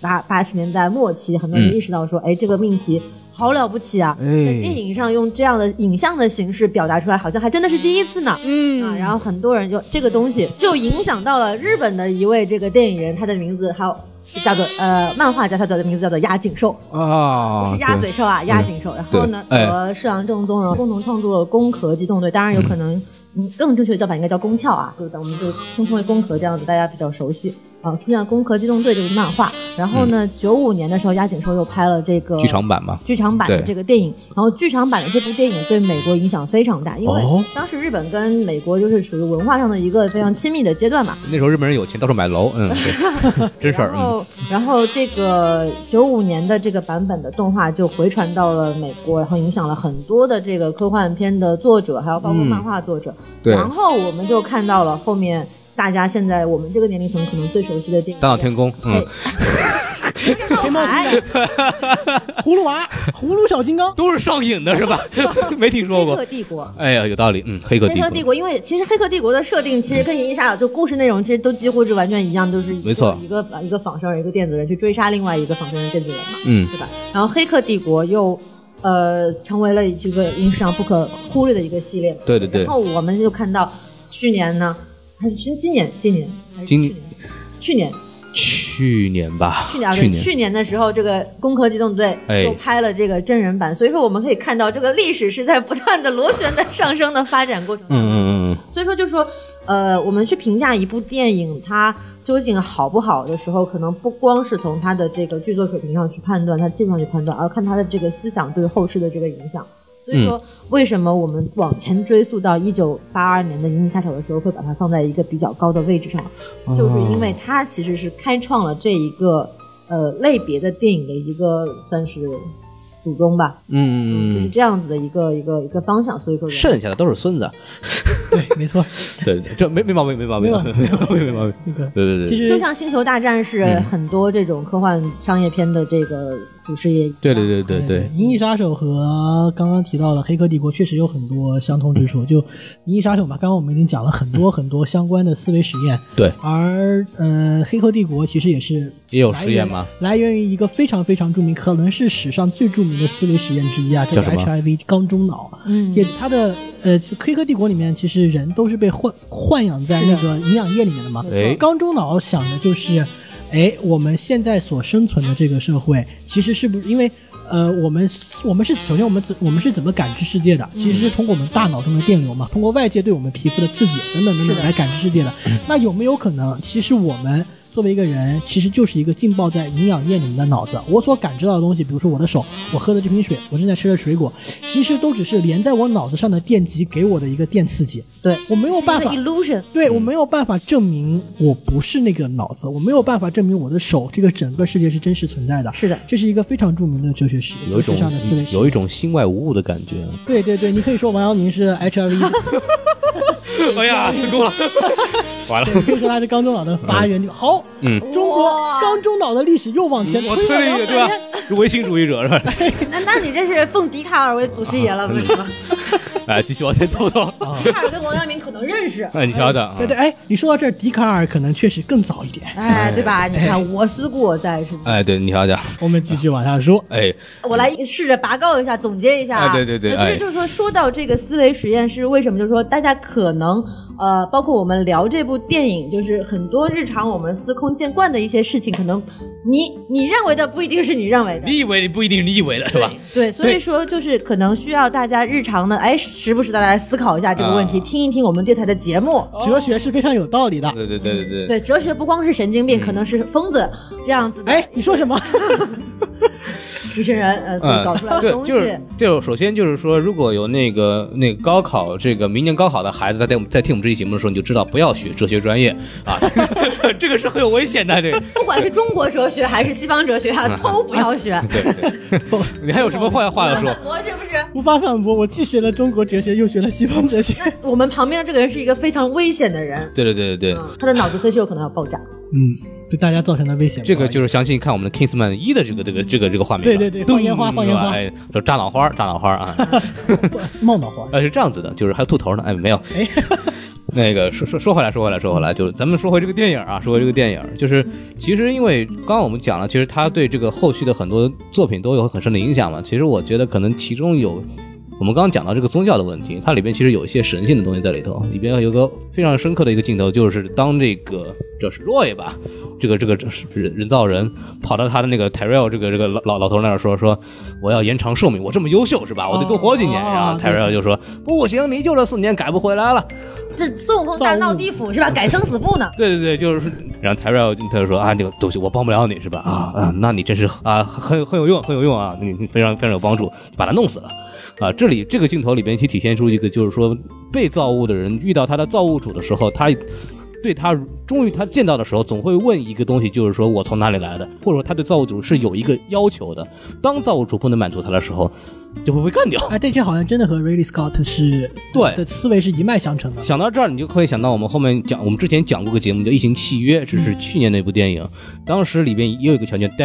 80年代末期，很多人意识到说，这个命题好了不起啊，在电影上用这样的影像的形式表达出来，好像还真的是第一次呢。然后很多人就这个东西就影响到了日本的一位这个电影人，他的名字还有。叫做漫画家，他的名字叫做押井守不是鸭嘴兽啊，押井守。然后呢，和室良正宗人共同创作了《攻壳机动队》，当然有可能更正确的叫法应该叫宫壳啊，就是我们就称为攻壳这样子，大家比较熟悉。出现了《攻壳机动队》这部漫画，然后呢，95年的时候，押井守又拍了这个剧场版的这个电影，然后剧场版的这部电影对美国影响非常大，因为当时日本跟美国就是处于文化上的一个非常亲密的阶段嘛。 那时候日本人有钱，到处买楼，真事儿。 然后这个95年的这个版本的动画就回传到了美国，然后影响了很多的这个科幻片的作者，还有包括漫画作者。然后我们就看到了后面。大家现在我们这个年龄层可能最熟悉的电影《 大闹天宫》， 黑猫葫芦娃、葫芦小金刚都是上瘾的是吧？没听说过。 黑客帝国， 哎呀，有道理，黑客帝国， 因为其实黑客帝国的设定其实跟《银翼杀手》就故事内容其实都几乎是完全一样，都是没错， 一个仿生人，一个电子人去追杀另外一个仿生人电子人嘛，对吧？然后黑客帝国又成为了这个影史上不可忽略的一个系列， 对。 然后我们就看到去年呢。还是今年还是去年吧， 去年的时候，这个《攻壳机动队》又拍了这个真人版，所以说我们可以看到这个历史是在不断的螺旋在上升的发展过程中。所以说就是说，我们去评价一部电影它究竟好不好的时候，可能不光是从它的这个剧作水平上去判断，它技术上去判断，而看它的这个思想对后世的这个影响。所以说，为什么我们往前追溯到1982年的《银翼杀手》的时候，会把它放在一个比较高的位置上，就是因为它其实是开创了这一个类别的电影的一个算是祖宗吧，就是这样子的一个方向。所以说， 剩下的都是孙子。 对，没错， 对，这没毛病。对。 其实就像《星球大战》是很多这种科幻商业片的这个。主事业。 对。 银翼杀手和刚刚提到了黑客帝国确实有很多相通之处。就银翼杀手嘛，刚刚我们已经讲了很多相关的思维实验。 对。 而黑客帝国其实也有实验吗？ 来源于一个非常非常著名，可能是史上最著名的思维实验之一啊，叫 HIV 缸中脑。也它的黑客帝国里面其实人都是被豢养在那个营养液里面的嘛。缸中脑想的就是我们现在所生存的这个社会，其实是不是因为我们是首先我们是怎么感知世界的？其实是通过我们大脑中的电流嘛，通过外界对我们皮肤的刺激等等来感知世界的。那有没有可能，其实我们作为一个人，其实就是一个浸泡在营养液里面的脑子。我所感知到的东西，比如说我的手，我喝的这瓶水，我正在吃的水果，其实都只是连在我脑子上的电极给我的一个电刺激。 对， 我没有办法 illusion， 对，我没有办法证明我不是那个脑子，我没有办法证明我的手这个整个世界是真实存在的。 是的， 这是一个非常著名的哲学史， 有一种心外无物的感觉。 对对对，你可以说王阳明是 HLV 哎呀，成功了，完了。 你可以说他是缸中脑的发源地。好，中国缸中脑的历史又往前我推了一个，对吧？唯心主义者是吧？ 那你这是奉笛卡尔为祖师爷了，不是吗？ 哎，继续往前走走。 笛卡尔跟王阳明可能认识。 哎，你瞧瞧， 对对，哎，你说到这儿，笛卡尔可能确实更早一点。 哎，对吧？你看，我思故我在，是吧？ 哎，对，你瞧瞧。 我们继续往下说。 哎， 我来试着拔高一下，总结一下啊。 对对对， 就是说到这个思维实验是为什么？就是说大家可能包括我们聊这部电影，就是很多日常我们司空见惯的一些事情，可能你认为的不一定是你认为的， 你以为的不一定是你以为的，是吧？ 对，所以说就是可能需要大家日常的时不时的来思考一下这个问题，听一听我们电台的节目。 哲学是非常有道理的。 对对对对对。 对，哲学不光是神经病，可能是疯子这样子的。 哎，你说什么？ 医生人所搞出来的东西。 就首先就是说，如果有那个高考明年高考的孩子在听我们这期节目的时候，你就知道不要学哲学专业啊，这个是很有危险的。这个不管是中国哲学还是西方哲学都不要学。 对，你还有什么坏话要说？ 我是不是无法反驳？我既学了中国哲学，又学了西方哲学。 那我们旁边的这个人是一个非常危险的人。 对对对对对， 他的脑子随时有可能要爆炸。 对大家造成的危险。 这个就是详细看我们的 Kingsman 1的这个画面。 对对对，放烟花，放烟花， 哎，就炸脑花啊， 冒脑花。 是这样子的，就是还有兔头呢，哎，没有。哎，那个说回来，就是咱们说回这个电影啊，就是其实因为刚刚我们讲了，其实他对这个后续的很多作品都有很深的影响嘛。其实我觉得可能其中有。我们刚刚讲到这个宗教的问题，它里边其实有一些神性的东西在里头。里边有个非常深刻的一个镜头，就是当这是 Roy 吧，这个人造人跑到他的那个 Tyrell 这个老头那儿说我要延长寿命，我这么优秀是吧？我得多活几年。然后 Tyrell 就说不行，你就这4年改不回来了。 这孙悟空大闹地府是吧？改生死簿呢？ 对对对，就是。然后 Tyrell 他就说啊，这个东西我帮不了你是吧？那你真是很有用啊，你非常非常有帮助，把他弄死了。这个镜头里边其实体现出一个，就是说被造物的人遇到他的造物主的时候，他对他终于他见到的时候，总会问一个东西，就是说我从哪里来的，或者说他对造物主是有一个要求的。当造物主不能满足他的时候，就会被干掉。 对，这好像真的和 Ridley Scott 是对的思维是一脉相承的。 想到这儿，你就会想到我们之前讲过个节目叫《异形契约》，这是去年那部电影，当时里边也有一个桥段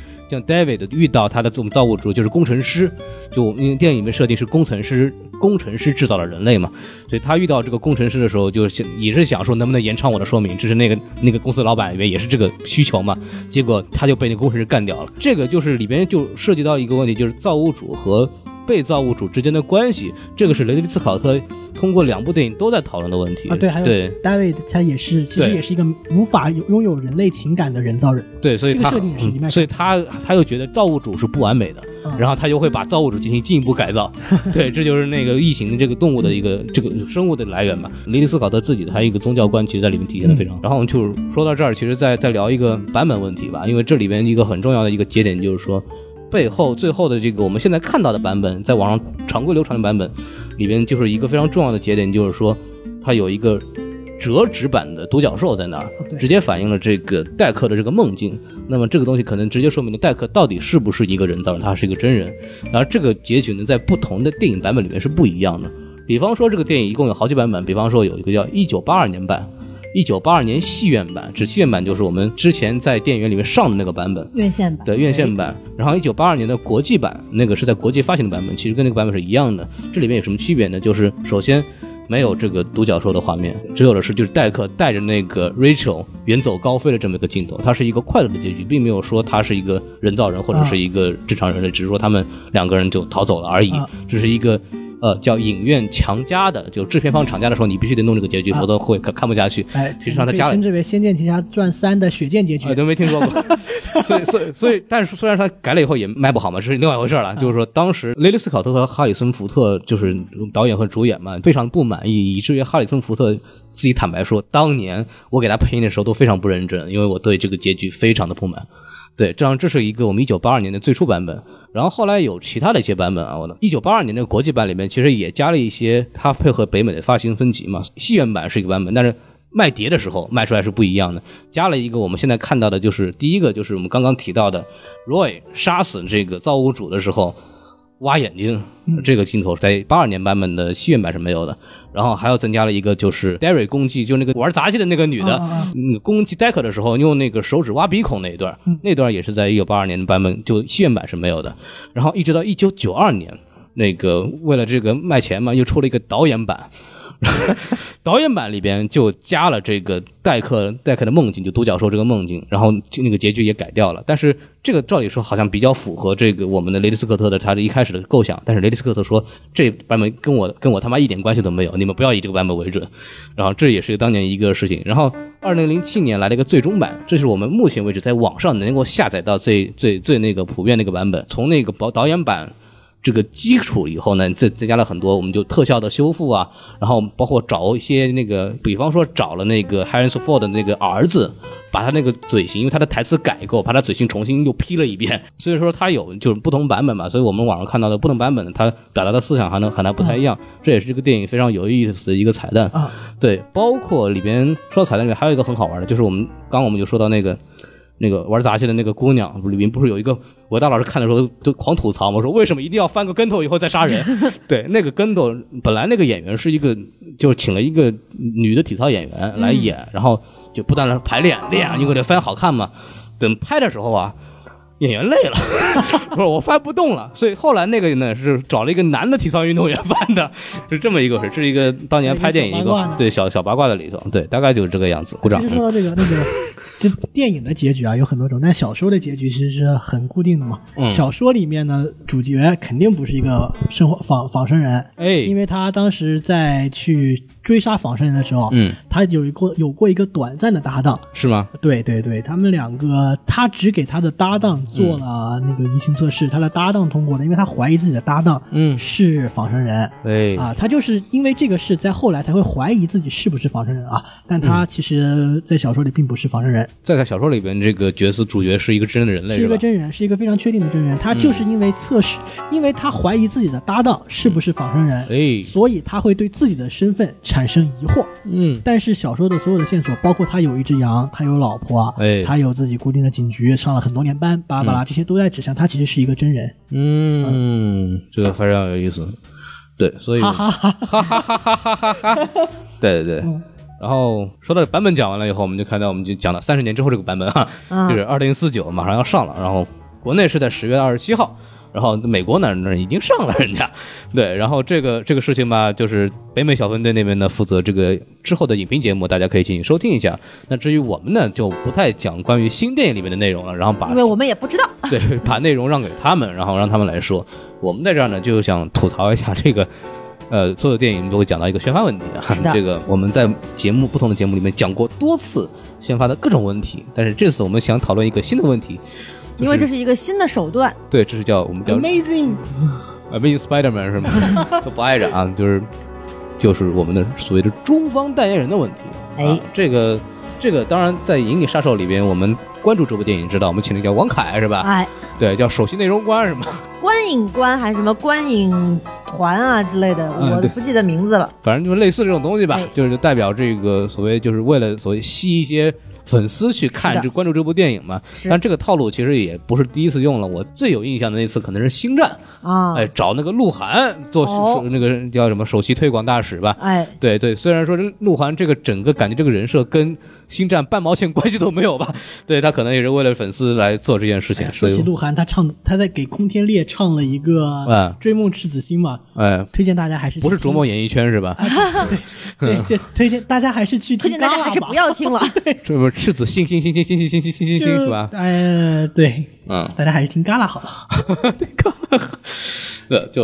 David 遇到他的这种造物主，就是工程师，就因为电影里面设定是工程师制造了人类嘛，所以他遇到这个工程师的时候，也是想说能不能延长我的寿命，这是那个公司老板里面也是这个需求嘛，结果他就被那个工程师干掉了。这个就是里边就涉及到一个问题，就是造物主和被造物主之间的关系，这个是雷德利·斯考特通过2部电影都在讨论的问题。 对，还有 David 他其实也是一个无法拥有人类情感的人造人。 对，所以他这个设定也是一脉， 所以他又觉得造物主是不完美的，然后他就会把造物主进一步改造。对，这就是那个异形的这个动物的一个这个生物的来源嘛。雷迪斯考特自己的他一个宗教观，其实在里面体现的非常好。然后我们就说到这儿，其实再聊一个版本问题吧，因为这里边一个很重要的一个节点就是说。背后最后的这个我们现在看到的版本，在网上常规流传的版本里边，就是一个非常重要的节点，就是说它有一个折纸版的独角兽在那儿，直接反映了这个戴克的这个梦境。那么这个东西可能直接说明了戴克到底是不是一个人造人，他是一个真人。而这个结局呢，在不同的电影版本里面是不一样的。比方说这个电影一共有好几版本，比方说有一个叫1982年版。1982年戏院版，戏院版就是我们之前在电影院里面上的那个版本， 院线版。 对，院线版。然后1982年的国际版，那个是在国际发行的版本，其实跟那个版本是一样的。这里面有什么区别呢？就是首先没有这个独角兽的画面，只有的是就是戴克带着那个 Rachel 远走高飞的这么一个镜头，它是一个快乐的结局，并没有说他是一个人造人或者是一个正常人类，只是说他们2个人就逃走了而已。这是一个叫影院强加的，就制片方厂家的时候，你必须得弄这个结局，否则会看不下去。其实上他加了， 称之为《仙剑奇侠传3》的血剑结局， 都没听说过。所以，但是虽然他改了以后也卖不好嘛，这是另外一回事了。就是说，当时雷利斯考特和哈里森福特就是导演和主演嘛，非常不满意，以至于哈里森福特自己坦白说，当年我给他配音的时候都非常不认真，因为我对这个结局非常的不满。对，这是一个我们1982年的最初版本，然后后来有其他的一些版本啊。1982年那个国际版里面其实也加了一些，它配合北美的发行分级嘛，戏院版是一个版本，但是卖碟的时候卖出来是不一样的，加了一个我们现在看到的，就是第一个就是我们刚刚提到的 Roy 杀死这个造物主的时候挖眼睛，这个镜头在82年版本的戏院版是没有的。然后还有增加了一个，就是 Derry 攻击，就那个玩杂技的那个女的，攻击 Decker 的时候用那个手指挖鼻孔那一段，那段也是在1982年的版本，就戏院版是没有的。然后一直到1992年，那个为了这个卖钱嘛，又出了一个导演版。导演版里边就加了这个戴克的梦境，就独角兽这个梦境，然后那个结局也改掉了。但是这个照理说好像比较符合这个我们的雷利斯科特的他的一开始的构想，但是雷利斯科特说这版本跟我他妈一点关系都没有，你们不要以这个版本为准。然后这也是当年一个事情。然后2007年来了一个最终版，这是我们目前为止在网上能够下载到最那个普遍那个版本。从那个导演版这个基础以后呢，再加了很多我们就特效的修复啊，然后包括找一些那个，比方说找了那个 Harrison Ford 的那个儿子，把他那个嘴型，因为他的台词改过，把他嘴型重新又批了一遍，所以说他有就是不同版本嘛，所以我们网上看到的不同版本他表达的思想和他不太一样，这也是这个电影非常有意思的一个彩蛋啊。对，包括里边说到彩蛋里面还有一个很好玩的，就是我们就说到那个玩杂技的那个姑娘，里面不是有一个我大老师看的时候都狂吐槽嘛，说为什么一定要翻个跟头以后再杀人？对，那个跟头本来那个演员是一个，就请了一个女的体操演员来演，然后就不断的排练，因为得翻好看嘛。等拍的时候啊，演员累了，不是我翻不动了，所以后来那个呢是找了一个男的体操运动员翻的，是这么一个事，这是一个当年拍电影一个对小八卦的里头，对，大概就是这个样子。鼓掌。 其实说到这个这电影的结局啊有很多种，但小说的结局其实是很固定的嘛。小说里面呢，主角肯定不是一个仿生人，因为他当时在去追杀仿生人的时候，他有过一个短暂的搭档， 是吗？对， 他们两个，他只给他的搭档做了那个移情测试，他的搭档通过了，因为他怀疑自己的搭档是仿生人，他就是因为这个事，在后来才会怀疑自己是不是仿生人啊，但他其实在小说里并不是仿生人。 在小说里边，这个主角是一个真的人类， 是一个真人，是一个非常确定的真人。他就是因为测试，因为他怀疑自己的搭档是不是仿生人，所以他会对自己的身份产生疑惑。但是小说的所有的线索，包括他有一只羊，他有老婆，他有自己固定的警局，上了很多年班，巴拉巴拉，这些都在指向他其实是一个真人。 这个非常有意思。对，所以哈哈哈哈哈哈哈哈，对。然后说到版本讲完了以后，我们就讲到30年之后这个版本就是2049马上要上了，然后国内是在10月27号，然后美国那已经上了人家。对，然后这个事情吧，就是北美小分队那边呢负责这个之后的影评节目，大家可以进行收听一下。那至于我们呢，就不太讲关于新电影里面的内容了，然后因为我们也不知道， 对，把内容让给他们，然后让他们来说。我们在这儿呢，就想吐槽一下这个。所有电影都会讲到一个宣发问题啊，这个我们在不同的节目里面讲过多次宣发的各种问题，但是这次我们想讨论一个新的问题， 因为这是一个新的手段。 对，这是我们叫 Amazing Spider-Man 是吗？都不挨着啊，就是我们的所谓的中方代言人的问题。这个当然在《银翼杀手》里边，我们关注这部电影知道，我们请的叫王凯是吧？对，叫首席内容官是吗？ 观影官还是什么观影团啊之类的，我都不记得名字了。 反正就是类似这种东西吧，就是代表这个所谓就是为了所谓吸一些粉丝去关注这部电影嘛。但这个套路其实也不是第一次用了，我最有印象的那次可能是《星战》啊，找那个鹿晗做那个叫什么首席推广大使吧。对，虽然说鹿晗这个整个感觉这个人设跟星战半毛钱关系都没有吧？对，他可能也是为了粉丝来做这件事情。 说起鹿晗，他在给空天烈唱了一个《追梦赤子心》嘛，推荐大家还是不是琢磨演艺圈是吧？ 对，推荐大家还是去听， 推荐大家还是不要听了。 这不赤子心是吧？对， 大家还是听嘎啦好了。 对，就是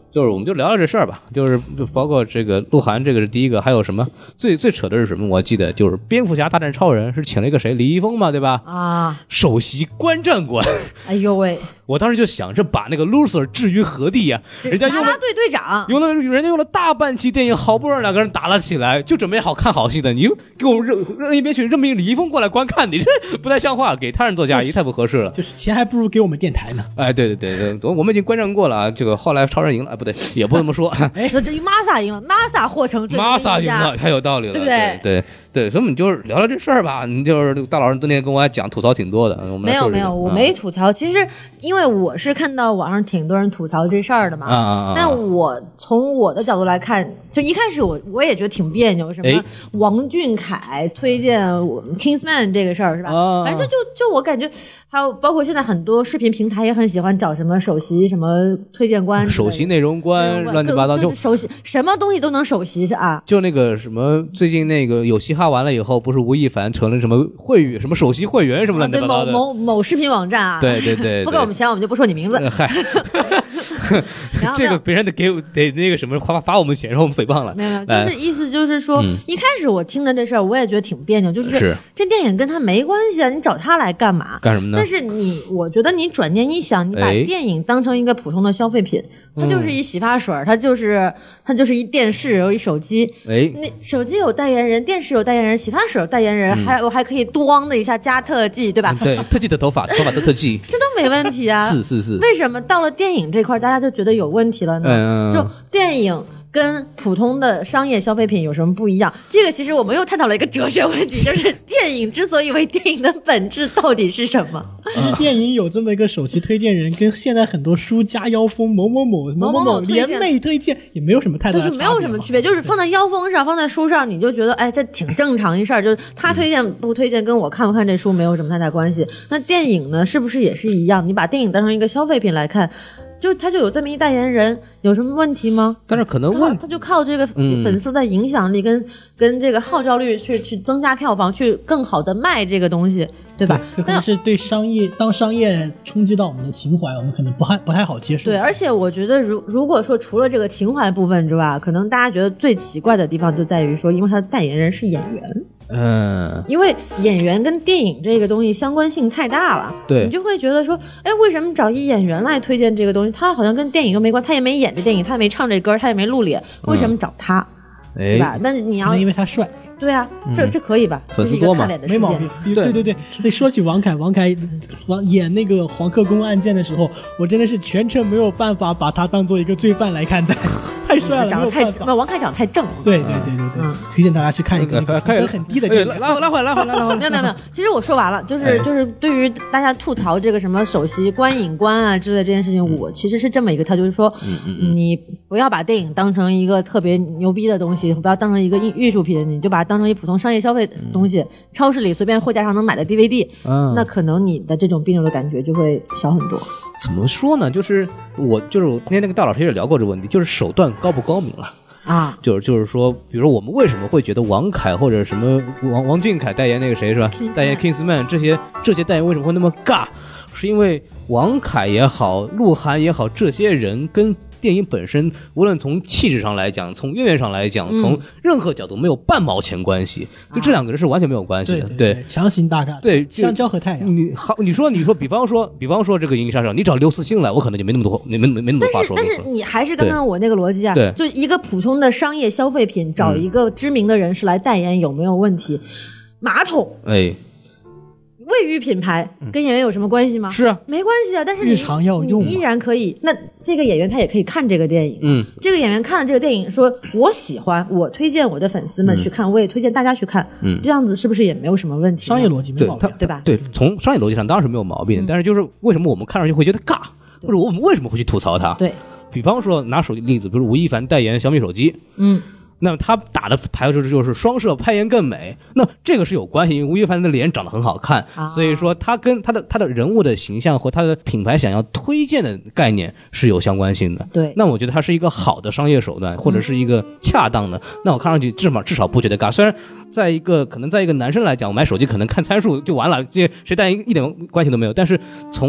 就是我们就聊聊这事儿吧，就包括这个鹿晗，这个是第一个，还有什么最扯的是什么？我记得就是蝙蝠侠大战超人是请了一个谁，李易峰嘛，对吧？ 啊， 首席观战官。 哎呦喂！ 我当时就想，这把那个 loser 置于何地呀？人家用了队队长， 人家用了大半期电影，好不容易两个人打了起来，就准备好看好戏的，你又给我扔一边去，任命李易峰过来观看，你这不太像话，给他人做嫁衣太不合适了。 就是钱还不如给我们电台呢。 哎，对，我们已经观战过了啊。这个后来超人赢了，不对，也不这么说。 哎，这玛莎赢了，玛莎获胜， 玛莎赢了，太有道理了， 对不对？ 对，所以我们就是聊聊这事儿吧。你就是大老师那天跟我还讲吐槽挺多的，我们没有，我没吐槽。其实因为我是看到网上挺多人吐槽这事儿的嘛，但我从我的角度来看，就一开始我也觉得挺别扭，什么王俊凯推荐Kingsman 这个事儿是吧？反正就我感觉，还有包括现在很多视频平台也很喜欢找什么首席什么推荐官、 首席内容官，乱七八糟，就首席什么东西都能首席是啊。 就那个什么最近那个有嘻哈完了以后，不是吴亦凡成了什么什么首席会员什么乱七八糟的， 某视频网站啊。 对， 不给我们钱，我们就不说你名字。 嗨，这个别人得那个什么罚我们钱，然后我们诽谤了。 没有，就是意思就是说，一开始我听的这事儿，我也觉得挺别扭，就是这电影跟他没关系啊，你找他来干嘛？ 干什么呢？ 但是我觉得你转念一想，你把电影当成一个普通的消费品，它就是一洗发水，它就是一电视，有一手机。那手机有代言人，电视有代言人，洗发水有代言人，我还可以咣的一下加特技，对吧？ 对，特技的头发的特技， 这都没问题啊。 是。 为什么到了电影这块，大家就觉得有问题了呢？就电影跟普通的商业消费品有什么不一样？这个其实我们又探讨了一个哲学问题，就是电影之所以为电影的本质到底是什么？ 其实电影有这么一个首席推荐人，跟现在很多书家腰封某某联袂推荐也没有什么太大的差别， 就是没有什么区别，就是放在腰封上，放在书上，你就觉得哎，这挺正常一事儿，就是他推荐不推荐跟我看不看这书没有什么太大关系。那电影呢，是不是也是一样？你把电影当成一个消费品来看，他就有这么一代言人，有什么问题吗？ 但是可能他就靠这个粉丝的影响力跟这个号召力去增加票房，去更好的卖这个东西，对吧？ 这可能是对商业冲击到我们的情怀，我们可能不太好接受。 对，而且我觉得如果说除了这个情怀部分之外，可能大家觉得最奇怪的地方就在于说，因为他的代言人是演员。因为演员跟电影这个东西相关性太大了， 对， 你就会觉得说，哎，为什么找一演员来推荐这个东西？他好像跟电影又没关，他也没演这电影，他也没唱这歌，他也没露脸，为什么找他？对吧？但是你要因为他帅。 对啊，这可以吧？ 粉丝多嘛， 没毛病。对。那说起王凯演那个黄克功案件的时候，我真的是全程没有办法把他当做一个罪犯来看待，太帅了，没有办法。 王凯长太正了。 对，推荐大家去看一个很低的。 拉回来。 没有。其实我说完了，就是对于大家吐槽这个什么首席观影官啊之类这件事情，我其实是这么一个，他就是说，你不要把电影当成一个特别牛逼的东西，不要当成一个艺术品，你就把它当成一普通商业消费的东西，超市里随便货架上能买的 DVD，那可能你的这种别扭的感觉就会小很多。 怎么说呢？就是我那天那个大老师也聊过这个问题，就是手段高不高明了啊？就是说，比如说我们为什么会觉得王凯或者什么王俊凯代言那个谁是吧？代言 Kingsman 这些代言为什么会那么尬？是因为王凯也好，鹿晗也好，这些人跟电影本身无论从气质上来讲，从渊源上来讲，从任何角度没有半毛钱关系，就这两个人是完全没有关系的。对， 强行搭嘎。 对， 香蕉和太阳。 你说，比方说这个《银翼杀手》，你找刘慈欣来，我可能就没那么多话说。 但是你还是刚刚我那个逻辑啊，就一个普通的商业消费品，找一个知名的人士来代言有没有问题？马桶，卫浴品牌跟演员有什么关系吗？ 是啊， 没关系啊。但是日常要用， 你依然可以。那这个演员他也可以看这个电影，这个演员看了这个电影，说我喜欢，我推荐我的粉丝们去看，我也推荐大家去看，这样子是不是也没有什么问题？ 商业逻辑没毛病， 对吧？ 对，从商业逻辑上当然是没有毛病，但是就是为什么我们看上去会觉得尬，或者我们为什么会去吐槽它？ 对， 比方说拿手机例子，比如吴亦凡代言小米手机，那么他打的牌就是双摄拍颜更美，那这个是有关系，因为吴亦凡的脸长得很好看，所以说他跟他的人物的形象和他的品牌想要推荐的概念是有相关性的。 对， 那我觉得它是一个好的商业手段，或者是一个恰当的，那我看上去至少不觉得尬。虽然可能在一个男生来讲，我买手机可能看参数就完了，这谁代言一点关系都没有，但是从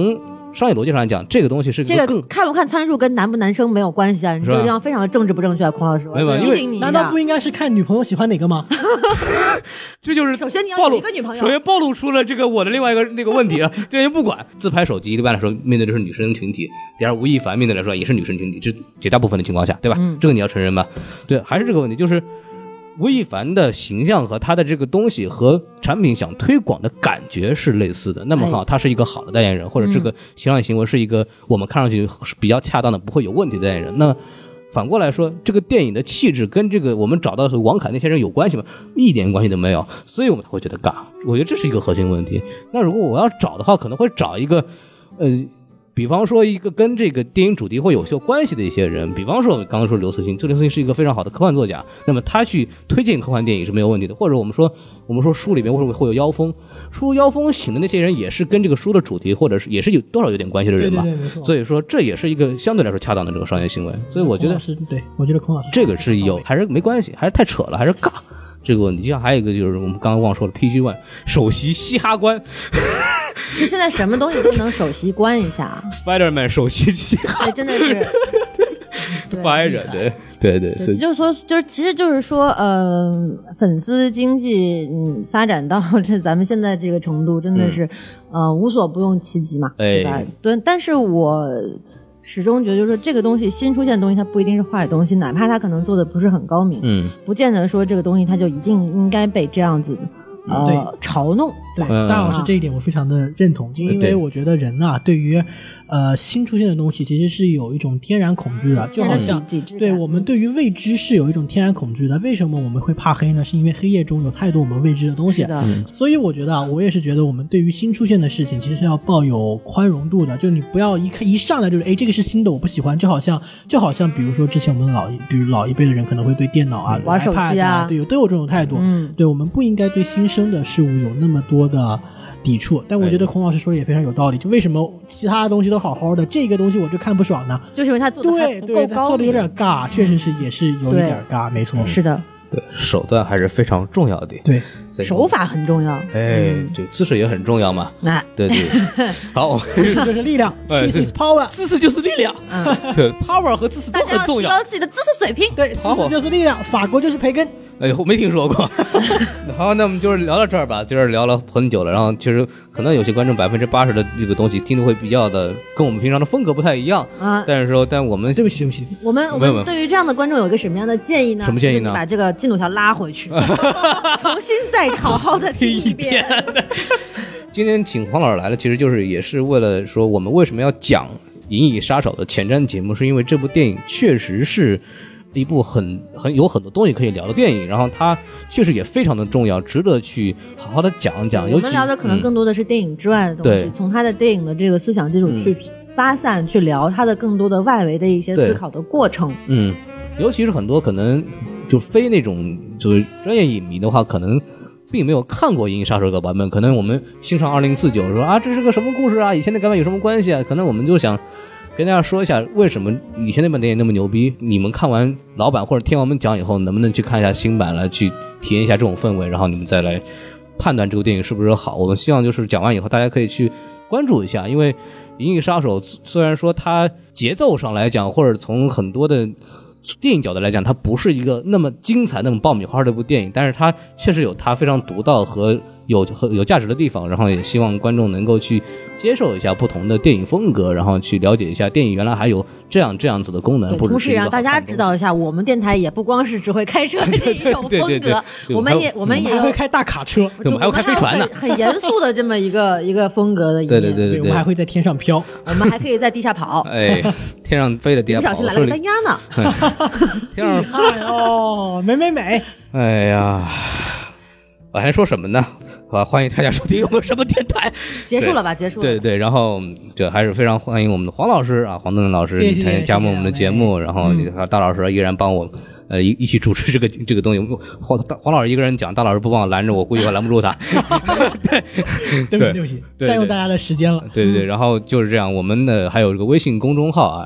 商业逻辑上来讲，这个东西是这个看不看参数跟男不男生没有关系啊，你这个地方非常的政治不正确，孔老师， 没有， 提醒你一下， 难道不应该是看女朋友喜欢哪个吗？ 这就是首先你要有一个女朋友， 首先暴露出了这个我的另外一个那个问题了。对，不管自拍手机一般来说面对的是女生群体，第二吴亦凡面对来说也是女生群体，这绝大部分的情况下，对吧？这个你要承认吧？对，还是这个问题，就是吴亦凡的形象和他的这个东西和产品想推广的感觉是类似的，那么好，他是一个好的代言人，或者这个形象行为是一个我们看上去比较恰当的不会有问题的代言人，那反过来说，这个电影的气质跟这个我们找到的王凯那些人有关系吗？一点关系都没有，所以我们才会觉得尬。我觉得这是一个核心问题。那如果我要找的话，可能会找一个比方说一个跟这个电影主题会有些关系的一些人，比方说我刚刚说刘慈欣，这刘慈欣是一个非常好的科幻作家，那么他去推荐科幻电影是没有问题的。或者我们说书里面为什么会有妖风，书妖风请的那些人也是跟这个书的主题或者是也是有多少有点关系的人嘛， 对， 所以说这也是一个相对来说恰当的这个商业行为。所以我觉得对，我觉得孔老师这个是有还是没关系，还是太扯了，还是尬这个问题。就像还有一个就是我们刚刚忘说了 PG1 首席嘻哈官。 就现在什么东西都能首席关一下 Spider-Man 首席嘻哈， 对，真的是掰着，对， 就是说，其实就是说，粉丝经济发展到咱们现在这个程度，真的是无所不用其极嘛，对吧？对，但是我始终觉得，就是说这个东西新出现的东西，它不一定是坏的东西，哪怕它可能做的不是很高明，不见得说这个东西它就一定应该被这样子嘲弄。 对，大老师这一点我非常的认同，就因为我觉得人啊，对于新出现的东西其实是有一种天然恐惧的，就好像对我们对于未知是有一种天然恐惧的。为什么我们会怕黑呢？是因为黑夜中有太多我们未知的东西。所以我觉得啊，我也是觉得我们对于新出现的事情其实是要抱有宽容度的，就你不要一上来就是这个是新的我不喜欢，就好像比如说之前我们比如老一辈的人可能会对电脑啊、 玩手机啊， 对，都有这种态度。对，我们不应该对新生的事物有那么多的抵触，但我觉得孔老师说的也非常有道理。就为什么其他的东西都好好的，这个东西我就看不爽呢？ 就是因为他做的还不够高明， 做的有点尬，确实是也是有一点尬，没错， 是的。 对，手段还是非常重要的。 对， 手法很重要。 对，姿势也很重要嘛。对，好， 姿势就是力量，This is power， 姿势就是力量。对 ，power 和姿势都很重要。 大家要提高自己的姿势水平。 对，姿势就是力量。法国就是培根。 哎呦，我没听说过。好，那我们就是聊到这儿吧，就是聊了很久了。然后其实可能有些观众80%的这个东西听得会比较的跟我们平常的风格不太一样啊。但我们对不起， 我们对于这样的观众有一个什么样的建议呢？ 什么建议呢？ 把这个进度条拉回去，重新再好好的听一遍。 今天请黄老师来了，其实就是也是为了说我们为什么要讲《银翼杀手》的前瞻节目，是因为这部电影确实是一部很有很多东西可以聊的电影，然后它确实也非常的重要，值得去好好的讲讲。 我们聊的可能更多的是电影之外的东西，从他的电影的这个思想基础去发散，去聊他的更多的外围的一些思考的过程。 尤其是很多可能就非那种就是专业影迷的话，可能并没有看过《银翼杀手》这个版本，可能我们欣赏2049说啊这是个什么故事啊，以前的版本有什么关系啊？可能我们就想跟大家说一下为什么以前那版电影那么牛逼，你们看完老版或者听完我们讲以后，能不能去看一下新版来去体验一下这种氛围，然后你们再来判断这个电影是不是好。我们希望就是讲完以后大家可以去关注一下，因为《银翼杀手》虽然说它节奏上来讲或者从很多的电影角度来讲它不是一个那么精彩那么爆米花的一部电影，但是它确实有它非常独到和有价值的地方，然后也希望观众能够去接受一下不同的电影风格，然后去了解一下电影原来还有这样子的功能， 同时让大家知道一下我们电台也不光是只会开车这一种风格，我们也还会开大卡车， 我们还会开飞船呢， 很严肃的这么一个风格的一面。 对，我们还会在天上飘， 我们还可以在地下跑， 天上飞的地下跑， 不小心来了个单压呢， 天上哦，美， 哎呀。我还说什么呢？欢迎大家收听我们什么电台？ 结束了吧？结束了。 对，然后这还是非常欢迎我们的黄老师啊，黄登老师加盟我们的节目，然后大老师依然帮我一起主持这个东西。黄老师一个人讲，大老师不帮我拦着，我估计我拦不住他。 对不起，占用大家的时间了。 对，然后就是这样，我们的还有这个微信公众号啊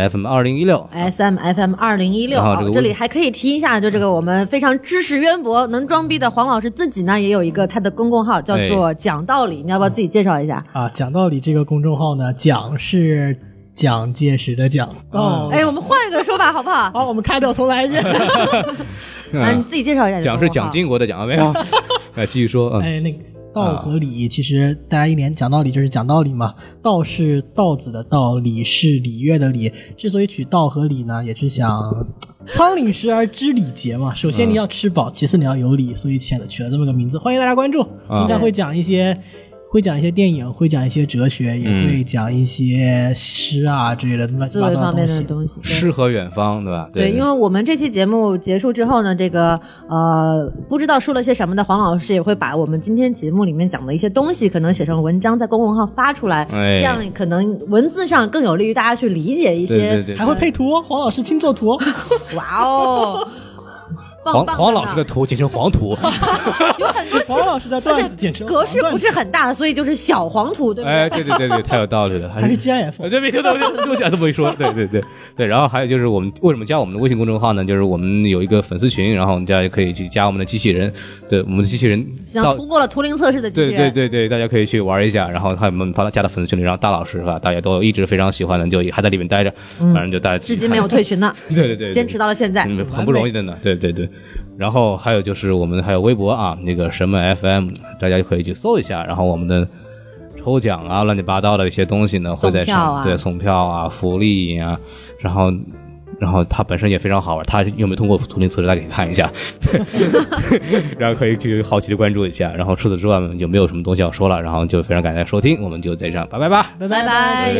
，SMFM2016，SMFM2016， 这里还可以提一下，就这个我们非常知识渊博、能装逼的黄老师自己呢，也有一个他的公共号，叫做讲道理，你要不要自己介绍一下？ 讲道理这个公众号呢，讲是蒋介石的蒋。 我们换一个说法好不好？ 好，我们卡掉，重来一遍。 你自己介绍一下。 蒋是蒋经国的蒋，没有？继续说。 那个道和理，其实大家一年讲道理就是讲道理嘛。道是稻子的道，理是礼乐的礼。之所以取道和理呢，也是想仓廪实而知礼节嘛。首先你要吃饱，其次你要有礼，所以取了这么个名字。欢迎大家关注，应该会讲一些电影，会讲一些哲学，也会讲一些诗啊之类的乱七八糟的东西。 诗和远方，对吧？ 对，因为我们这期节目结束之后呢，这个不知道说了些什么的黄老师也会把我们今天节目里面讲的一些东西，可能写成文章在公众号发出来，这样可能文字上更有利于大家去理解一些。 对， 还会配图，黄老师亲作图。 哇哦！ 黄老师的图简称黄图， 有很多黄老师的段子简称格式不是很大的，所以就是小黄图，对不对？ 对，太有道理了， 还是 GIF。 对，没听到，就想这么一说，对。然后还有就是我们为什么加我们的微信公众号呢？就是我们有一个粉丝群，然后大家可以去加我们的机器人，对，我们的机器人像通过了图灵测试的机器人， 对，大家可以去玩一下，然后还有我们把他加到粉丝群里，然后大老师是吧？大家都一直非常喜欢的，就还在里面待着，反正就大家至今没有退群呢， 对， 坚持到了现在， 很不容易的呢，对。然后还有就是我们还有微博啊，那个什么 FM， 大家可以去搜一下。然后我们的抽奖啊，乱七八糟的一些东西呢，会在上送票啊，福利啊，然后它本身也非常好玩。它有没有通过图灵测试，大家可以看一下，然后可以去好奇的关注一下。然后除此之外有没有什么东西要说了？然后就非常感谢收听，我们就在这样，拜拜吧， 拜拜。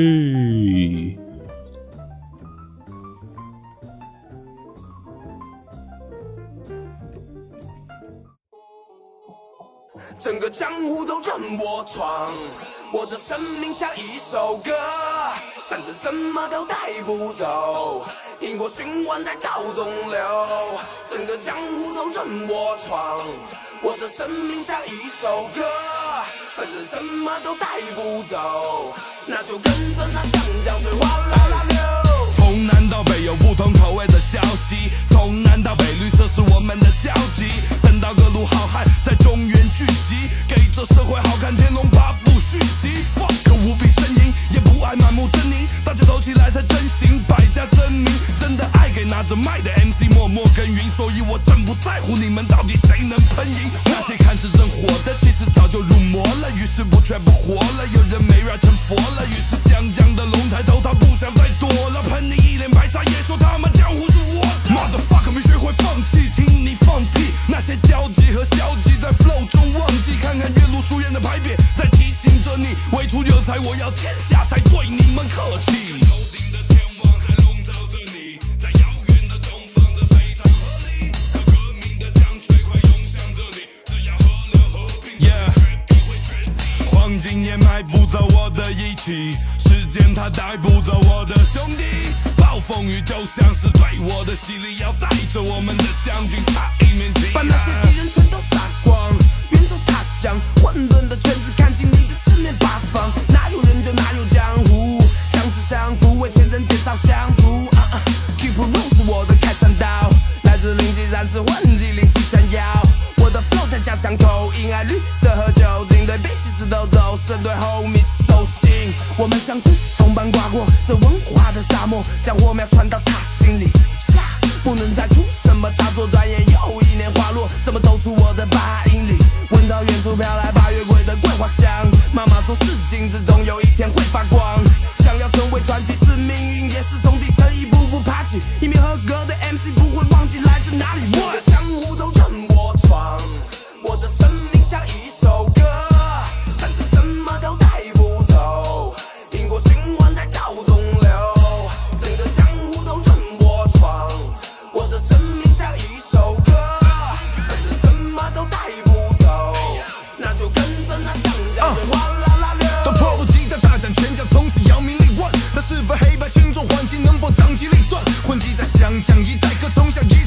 整个江湖都任我闯，我的生命像一首歌，反正什么都带不走，因果循环在道中流。整个江湖都任我闯，我的生命像一首歌，反正什么都带不走，那就跟着那湘江水哗啦啦流。从南到北有不同口味的消息，从南到北绿色是我们的交集，等到各路好汉在中原聚集，给这社会好看天龙八部续集。fuck 无比呻吟，也不爱满目狰狞，大家走起来才真行，百家争鸣，真的爱给拿着麦的 MC 默默耕耘，所以我真不在乎你们到底谁能喷赢。那些看似真火的，其实早就入魔了，于是不却不活了，有人没软成佛了，于是湘江的龙抬头，他不想再躲了，喷你一脸白沙，也说他妈江湖是我的。Motherfucker 没学会放弃，听你放屁，那些交集和消极在 flow 中忘记，看看月露出现的牌匾，在提醒着你，为图有才，我要天下才对你们客气。头顶的天王还笼罩着你，在遥远的东方，这非常合理。那革命的江水快涌向这里，只要喝了和平，绝不会决定。黄金也买不走我的义气，时间它带不走我的兄弟。暴风雨就像是对我的洗礼，要带着我们的将军他一面镜，把那些敌人全都杀光，远走他乡，混沌的圈子看清你的四面八方，哪有人就哪有江湖，相识相扶，为前人点上香烛。Keep it real 是我的开山刀，来自灵气战士混迹灵气闪耀，我的 flow 在家乡口音，爱绿色和酒精，对比起石头走神，对 homie 是走心。我们像乘风般刮过这文化的沙漠，将火苗传到他心里，不能再出什么差错，转眼又一年滑落，怎么走出我的8英里？闻到远处飘来8月桂的桂花香，妈妈说是金子总有一天会发光，想要成为传奇是命运，也是从底层一步步爬起，一名合格的 MC 不会忘记来自哪里。我的江湖都任我闯，我的生命像一首歌，反正什么都带不走，因果循环在道中流。整个江湖都任我闯，我的生命像一首歌，反正什么都带不走，那就跟着那湘江水哗啦啦流。都迫不及待大展拳脚，从此扬名立万，但是否黑白轻重缓急能否当机立断，混迹在湘江一代，可从小一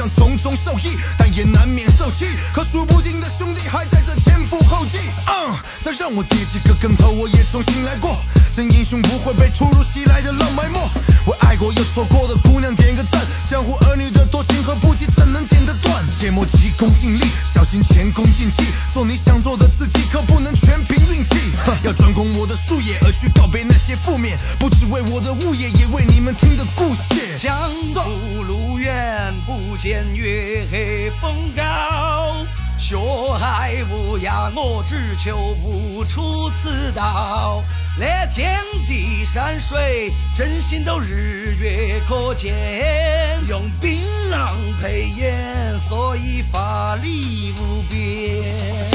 想从中受益，但也难免受气。可数不尽的兄弟还在这前赴后继。再让我跌几个跟头，我也重新来过。真英雄不会被突如其来的浪埋没。为爱过又错过的姑娘点个赞，江湖儿女的多情和不羁怎能剪得断？切莫急功近利，小心前功尽弃。做你想做的自己，可不能全凭运气。要专攻我的术业，而去告别那些负面，不只为我的物业，也为你们听的故事。 江湖路远，不见月黑风高。学海无涯，我只求无出此道。连天地山水，真心都日月可见。用槟榔配盐，所以法力无边。